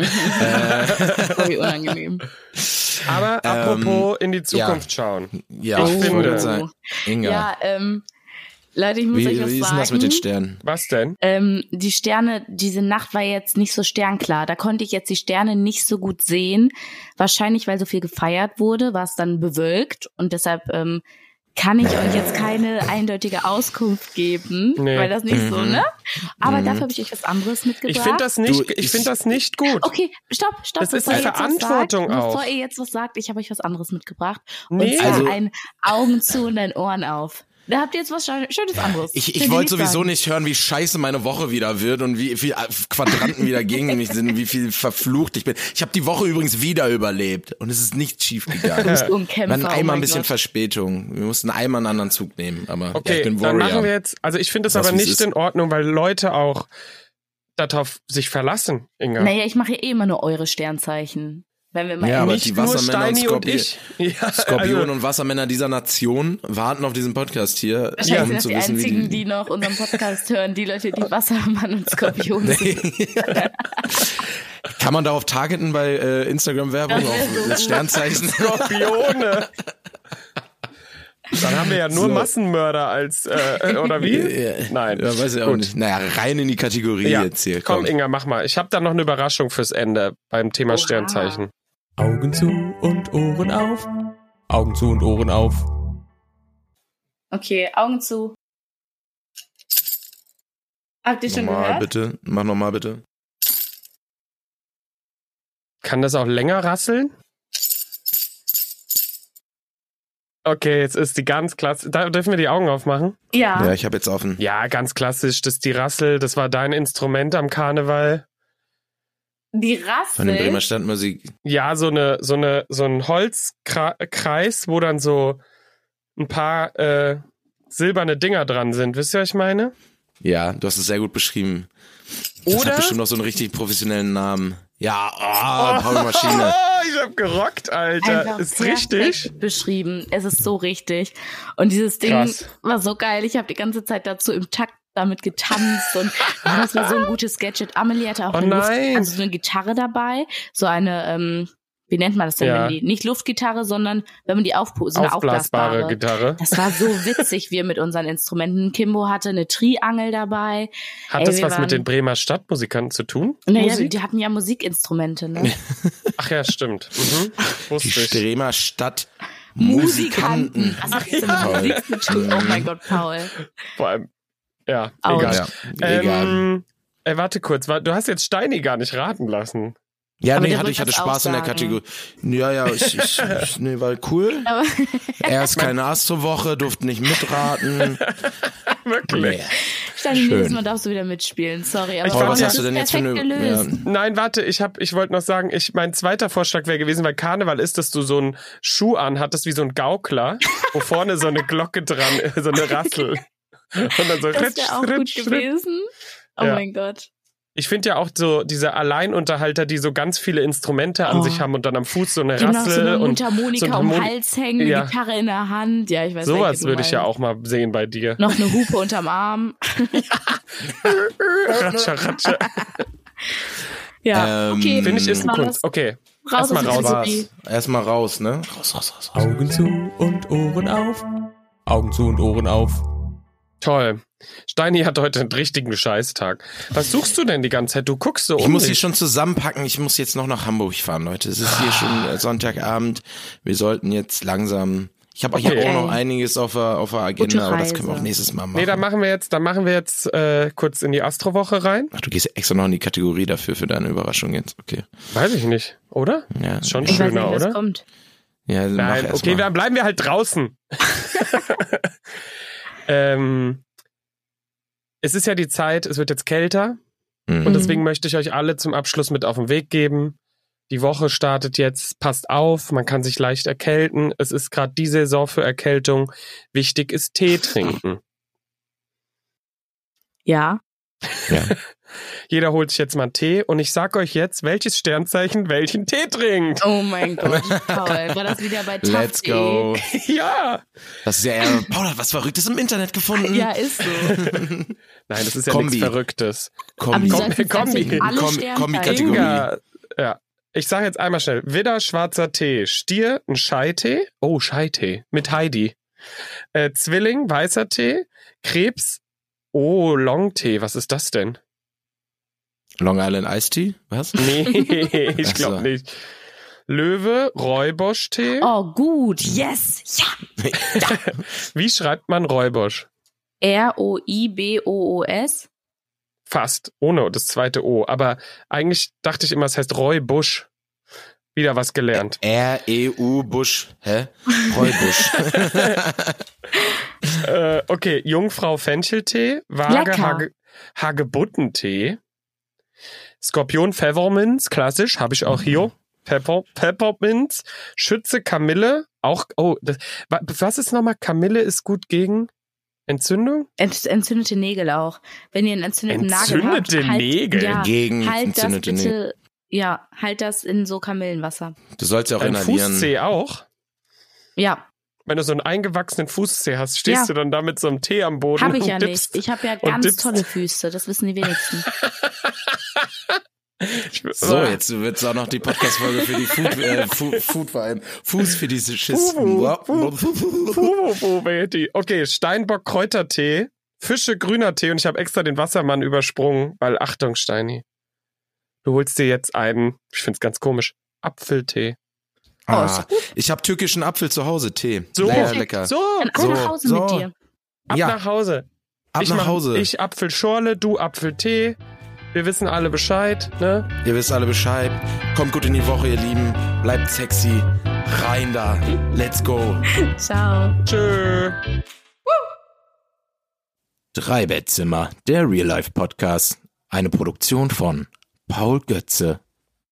Speaker 1: Oh, wie unangenehm.
Speaker 3: Aber
Speaker 2: Ähm,
Speaker 3: apropos in die Zukunft schauen.
Speaker 2: Ja,
Speaker 3: Ich
Speaker 2: ich
Speaker 3: finde-
Speaker 2: wollte sagen, Inga,
Speaker 1: Ja, ähm, Leute, ich muss
Speaker 2: wie,
Speaker 1: euch was
Speaker 2: wie ist
Speaker 1: sagen.
Speaker 2: denn das mit den Sternen?
Speaker 3: Was denn?
Speaker 1: Ähm, die Sterne, diese Nacht war jetzt nicht so sternklar. Da konnte ich jetzt die Sterne nicht so gut sehen. Wahrscheinlich, weil so viel gefeiert wurde, war es dann bewölkt. Und deshalb ähm, kann ich euch jetzt keine eindeutige Auskunft geben,
Speaker 3: Nee.
Speaker 1: weil das nicht so,
Speaker 2: Mhm.
Speaker 1: ne? Aber
Speaker 2: Mhm.
Speaker 1: dafür habe ich euch was anderes mitgebracht.
Speaker 3: Ich finde das nicht,
Speaker 2: Du,
Speaker 3: ich
Speaker 2: ich-
Speaker 3: finde das nicht gut.
Speaker 1: Okay, stopp, stopp.
Speaker 3: Das ist
Speaker 1: bevor
Speaker 3: die
Speaker 1: ihr jetzt was
Speaker 3: Verantwortung
Speaker 1: sagt,
Speaker 3: auch.
Speaker 1: Bevor ihr jetzt was sagt, ich habe euch was anderes mitgebracht.
Speaker 3: Nee.
Speaker 1: Und zwar
Speaker 2: Also-
Speaker 1: ein Augen zu und ein Ohren auf. Da habt ihr jetzt was Schö- Schönes anderes.
Speaker 2: Ich,
Speaker 1: Könnt
Speaker 2: ich
Speaker 1: ihr
Speaker 2: wollte
Speaker 1: nicht
Speaker 2: sowieso
Speaker 1: sagen.
Speaker 2: nicht hören, wie scheiße meine Woche wieder wird und wie viel Quadranten wieder gegen mich sind, wie viel verflucht ich bin. Ich habe die Woche übrigens wieder überlebt und es ist nicht schief
Speaker 1: Du
Speaker 2: gegangen.
Speaker 1: bist so ein
Speaker 2: Wir
Speaker 1: Kämpfer.
Speaker 2: hatten
Speaker 1: oh
Speaker 2: einmal
Speaker 1: mein
Speaker 2: ein bisschen
Speaker 1: Gott.
Speaker 2: Verspätung. Wir mussten einmal einen anderen Zug nehmen, aber ja, ich
Speaker 3: Okay,
Speaker 2: bin
Speaker 3: dann
Speaker 2: Warrior.
Speaker 3: machen wir jetzt, also ich finde das
Speaker 2: Sag's,
Speaker 3: aber
Speaker 2: wie's
Speaker 3: nicht
Speaker 2: ist.
Speaker 3: in Ordnung, weil Leute auch darauf sich verlassen, Inga.
Speaker 1: Naja, ich mache ja eh immer nur eure Sternzeichen. Wenn wir mal
Speaker 2: Ja, aber
Speaker 1: ehrlich-
Speaker 2: die
Speaker 3: Nicht nur
Speaker 2: Wassermänner und
Speaker 3: Steini und
Speaker 2: Skorpion-
Speaker 3: ich. Ja,
Speaker 2: Skorpion
Speaker 3: also,
Speaker 2: und Wassermänner dieser Nation warten auf diesen Podcast hier,
Speaker 1: Wahrscheinlich
Speaker 2: um
Speaker 1: sind das
Speaker 2: zu
Speaker 1: die
Speaker 2: wissen,
Speaker 1: einzigen,
Speaker 2: wie
Speaker 1: die noch unseren Podcast hören, die Leute, die Wassermann und Skorpion sind.
Speaker 2: Kann man darauf targeten bei äh, Instagram-Werbung
Speaker 1: Das wär
Speaker 2: auf
Speaker 1: so
Speaker 2: das
Speaker 1: gut.
Speaker 2: Sternzeichen?
Speaker 3: Skorpione. Dann haben wir ja nur
Speaker 2: So.
Speaker 3: Massenmörder als, äh, oder wie?
Speaker 2: Ja,
Speaker 3: Nein.
Speaker 2: Ja, weiß ich auch
Speaker 3: Gut.
Speaker 2: nicht. Naja, rein in die Kategorie
Speaker 3: Ja,
Speaker 2: jetzt hier.
Speaker 3: komm,
Speaker 2: Komm.
Speaker 3: Inga, mach mal. Ich habe da noch eine Überraschung fürs Ende beim Thema
Speaker 1: Oha.
Speaker 3: Sternzeichen.
Speaker 4: Augen zu und Ohren auf. Augen zu und Ohren auf.
Speaker 1: Okay, Augen zu. Habt ihr schon
Speaker 2: Nochmal
Speaker 1: gehört?
Speaker 2: bitte. Mach nochmal bitte.
Speaker 3: Kann das auch länger rasseln? Okay, jetzt ist die ganz klassisch. Da dürfen wir die Augen aufmachen?
Speaker 1: Ja.
Speaker 2: Ja, ich habe jetzt offen.
Speaker 3: Ja, ganz klassisch. Das ist die Rassel. Das war dein Instrument am Karneval.
Speaker 1: Die
Speaker 2: Von den Bremer
Speaker 1: Rassel.
Speaker 2: Stadtmusik.
Speaker 3: Ja, so eine, so eine, so ein Holzkreis, wo dann so ein paar äh, silberne Dinger dran sind. Wisst ihr, was ich meine?
Speaker 2: Ja, du hast es sehr gut beschrieben. Das
Speaker 3: Oder?
Speaker 2: hat bestimmt noch so einen richtig professionellen Namen. Ja, oh, Paul Maschine.
Speaker 3: Ich hab gerockt, Alter.
Speaker 1: Einfach
Speaker 3: Ist
Speaker 1: perfekt
Speaker 3: richtig?
Speaker 1: beschrieben. Es ist so richtig. Und dieses Ding
Speaker 3: Krass.
Speaker 1: war so geil. Ich habe die ganze Zeit dazu im Takt damit getanzt und oh, das war so ein gutes Gadget. Amelie hatte auch
Speaker 3: Oh
Speaker 1: eine, Luft,
Speaker 3: nein.
Speaker 1: also so eine Gitarre dabei, so eine, ähm, wie nennt man das denn,
Speaker 3: Ja.
Speaker 1: wenn die, nicht Luftgitarre, sondern wenn man die aufpustet, so eine
Speaker 3: Aufblasbare
Speaker 1: aufblasbare.
Speaker 3: Gitarre.
Speaker 1: Das war so witzig, wir mit unseren Instrumenten. Kimbo hatte eine Triangel dabei.
Speaker 3: Hat
Speaker 1: Ey,
Speaker 3: das
Speaker 1: wir
Speaker 3: was
Speaker 1: waren-
Speaker 3: mit den Bremer Stadtmusikanten zu tun?
Speaker 1: Naja,
Speaker 3: Musik?
Speaker 1: die hatten ja Musikinstrumente, ne?
Speaker 3: Ach ja, stimmt. Mhm.
Speaker 2: Die
Speaker 3: Wusste ich.
Speaker 2: Stremer Stadt
Speaker 1: Musikanten.
Speaker 2: Musikanten.
Speaker 1: Was hat das denn mit Musik zu tun? Oh mein Gott, Paul.
Speaker 3: Vor allem, ja,
Speaker 1: Autsch.
Speaker 3: egal.
Speaker 2: Ja, egal.
Speaker 3: Ähm, ey, warte kurz, wa- du hast jetzt Steini gar nicht raten lassen.
Speaker 2: Ja,
Speaker 1: Aber
Speaker 2: nee,
Speaker 1: der
Speaker 2: hatte,
Speaker 1: wird
Speaker 2: ich hatte
Speaker 1: das
Speaker 2: Spaß
Speaker 1: auch
Speaker 2: in der
Speaker 1: sagen.
Speaker 2: Kategorie. Ja, ja, ich, ich, ich nee, war cool.
Speaker 1: Aber
Speaker 2: Erst keine Astrowoche, durfte nicht mitraten.
Speaker 3: Wirklich.
Speaker 2: Nee.
Speaker 1: Steini,
Speaker 2: Schön.
Speaker 1: nächstes Mal darfst du wieder mitspielen. Sorry, aber
Speaker 3: Ich
Speaker 2: Aber
Speaker 3: fand
Speaker 2: was
Speaker 3: ja-
Speaker 2: hast du denn jetzt für eine...
Speaker 1: perfekt
Speaker 2: Ja,
Speaker 1: gelöst.
Speaker 3: Nein, warte, ich hab, ich wollte noch sagen, ich, mein zweiter Vorschlag wäre gewesen, weil Karneval ist, dass du so einen Schuh anhattest wie so ein Gaukler, wo vorne so eine Glocke dran ist, so eine Rassel. Und dann so
Speaker 1: Das
Speaker 3: ritsch,
Speaker 1: wäre auch gut
Speaker 3: ritsch, ritsch.
Speaker 1: gewesen. Oh
Speaker 3: Ja.
Speaker 1: mein Gott.
Speaker 3: Ich finde ja auch so diese Alleinunterhalter, die so ganz viele Instrumente an
Speaker 1: Oh.
Speaker 3: sich haben und dann am Fuß so eine
Speaker 1: Genau,
Speaker 3: Rassel
Speaker 1: so eine
Speaker 3: und
Speaker 1: Mundharmonika
Speaker 3: so ein
Speaker 1: um den
Speaker 3: Harmon-
Speaker 1: Hals hängen, eine
Speaker 3: Ja.
Speaker 1: Gitarre in der Hand. Ja, ich weiß
Speaker 3: sowas
Speaker 1: welche du
Speaker 3: würde ich ja
Speaker 1: meinst.
Speaker 3: auch mal sehen bei dir.
Speaker 1: Noch eine Hupe unterm Arm.
Speaker 3: Ratscher, ratscher.
Speaker 1: Ja,
Speaker 2: Ähm,
Speaker 1: okay.
Speaker 3: Finde ich ist ein
Speaker 1: Mal
Speaker 3: Kunst.
Speaker 1: das
Speaker 3: Okay.
Speaker 1: Raus
Speaker 3: Erstmal
Speaker 1: aus
Speaker 3: raus.
Speaker 1: der
Speaker 2: war's.
Speaker 1: Kategorie.
Speaker 2: Erstmal raus, ne? Raus, raus, raus, raus.
Speaker 4: Augen zu und Ohren auf. Augen zu und Ohren auf.
Speaker 3: Toll. Steini hat heute einen richtigen Scheißtag. Was suchst du denn die ganze Zeit? Du guckst so
Speaker 2: Ich
Speaker 3: um
Speaker 2: muss hier
Speaker 3: dich.
Speaker 2: schon zusammenpacken. Ich muss jetzt noch nach Hamburg fahren, Leute. Es ist hier schon äh, Sonntagabend. Wir sollten jetzt langsam... Ich habe
Speaker 3: Okay.
Speaker 2: hier auch noch einiges auf der, auf der Agenda,
Speaker 1: Gute
Speaker 2: aber das können wir
Speaker 1: Reise.
Speaker 2: auch nächstes Mal machen.
Speaker 3: Nee, dann machen wir jetzt, dann machen wir jetzt äh, kurz in die Astrowoche rein.
Speaker 2: Ach, du gehst extra noch in die Kategorie dafür, für deine Überraschung jetzt. Okay.
Speaker 3: Weiß ich nicht, oder?
Speaker 2: Ja,
Speaker 3: Ist schon
Speaker 1: Ich weiß
Speaker 3: schöner,
Speaker 1: nicht, was
Speaker 3: oder?
Speaker 1: kommt.
Speaker 2: Ja, also mach
Speaker 3: Nein,
Speaker 2: erst
Speaker 3: okay,
Speaker 2: mal.
Speaker 3: dann bleiben wir halt draußen. ähm, es ist ja die Zeit, es wird jetzt kälter
Speaker 2: Mhm.
Speaker 3: und deswegen möchte ich euch alle zum Abschluss mit auf den Weg geben. Die Woche startet jetzt, passt auf, man kann sich leicht erkälten. Es ist gerade die Saison für Erkältung. Wichtig ist Tee trinken.
Speaker 1: Ja.
Speaker 2: Ja.
Speaker 3: Jeder holt sich jetzt mal einen Tee und ich sag euch jetzt, welches Sternzeichen welchen Tee trinkt.
Speaker 1: Oh mein Gott, Paul. War das wieder bei Taft?
Speaker 2: Let's go.
Speaker 3: Ja.
Speaker 2: Das ist ja eher, Paul hat was Verrücktes im Internet gefunden.
Speaker 1: Ja, ist so.
Speaker 3: Nein, das ist ja
Speaker 2: Kombi.
Speaker 3: nichts Verrücktes.
Speaker 2: Komm,
Speaker 1: Aber die
Speaker 3: Komm-
Speaker 1: sollten jetzt
Speaker 3: Kombi.
Speaker 1: tatsächlich alle
Speaker 2: Komm-
Speaker 1: Sternzeichen.
Speaker 2: Kombi-Kategorie.
Speaker 3: Inga, ja. Ich sage jetzt einmal schnell. Widder, schwarzer Tee. Stier, ein Scheitee. Oh, Scheitee. Mit Heidi. Äh, Zwilling, weißer Tee. Krebs, oh, Longtee. Was ist das denn?
Speaker 2: Long Island Iced Tea? Was?
Speaker 3: Nee, ich
Speaker 2: Ach so.
Speaker 3: glaube nicht. Löwe, Räubosch-Tee.
Speaker 1: Oh, gut. Yes. Ja.
Speaker 3: Wie schreibt man Räubosch?
Speaker 1: R O I B O O S.
Speaker 3: Fast. Ohne das zweite O. Aber eigentlich dachte ich immer, es heißt Räubusch. Wieder was gelernt.
Speaker 2: R E U Busch. Hä? Räubusch.
Speaker 3: Äh, okay, Jungfrau Fencheltee, Waage
Speaker 1: Lecker.
Speaker 3: Hage, Hagebuttentee, Skorpion Pfefferminz, klassisch, habe ich auch hier. Pepper, Pepperminz, Schütze Kamille, auch, oh, das, wa- was ist nochmal? Kamille ist gut gegen Entzündung?
Speaker 1: Ent, entzündete Nägel auch. Wenn ihr einen entzündeten
Speaker 3: Entzündete
Speaker 1: Nagel habt,
Speaker 3: Nägel?
Speaker 1: Halt, ja,
Speaker 2: Gegen
Speaker 1: halt das
Speaker 2: entzündete
Speaker 1: bitte,
Speaker 2: Nägel.
Speaker 1: ja, halt das in so Kamillenwasser.
Speaker 2: Du sollst ja auch
Speaker 3: Ein
Speaker 2: inhalieren.
Speaker 3: Fußzeh auch?
Speaker 1: Ja,
Speaker 3: Wenn du so einen eingewachsenen Fußzeh hast, stehst
Speaker 1: Ja.
Speaker 3: du dann da mit so einem Tee am Boden
Speaker 1: habe ich
Speaker 3: und
Speaker 1: ja
Speaker 3: dippst.
Speaker 1: nicht. Ich habe ja
Speaker 3: und
Speaker 1: ganz
Speaker 3: dippst.
Speaker 1: tolle Füße, das wissen die wenigsten.
Speaker 3: Ich-
Speaker 2: So, jetzt wird's auch noch die Podcast-Folge für die Food, äh, Food, Food vor allem. Fußfetischisten.
Speaker 3: Fuhu, Betty. Okay, Steinbock Kräutertee, Fische grüner Tee und ich habe extra den Wassermann übersprungen, weil Achtung, Steini. Du holst dir jetzt einen, ich find's ganz komisch, Apfeltee.
Speaker 2: Ah, ich habe türkischen Apfel zu Hause, Tee.
Speaker 3: So,
Speaker 2: Sehr lecker.
Speaker 3: so,
Speaker 1: Dann ab
Speaker 2: So,
Speaker 1: nach Hause
Speaker 2: so.
Speaker 1: mit dir.
Speaker 3: ab
Speaker 2: ja,
Speaker 3: nach Hause.
Speaker 2: ab
Speaker 3: ich
Speaker 2: nach
Speaker 3: mach-
Speaker 2: Hause.
Speaker 3: Ich Apfelschorle, du Apfeltee. Wir wissen alle Bescheid, ne?
Speaker 2: Ihr wisst alle Bescheid. Kommt gut in die Woche, ihr Lieben. Bleibt sexy. Rein da. Let's go.
Speaker 1: Ciao.
Speaker 3: Tschö.
Speaker 2: Drei Bettzimmer, der Real Life Podcast. Eine Produktion von Paul Götze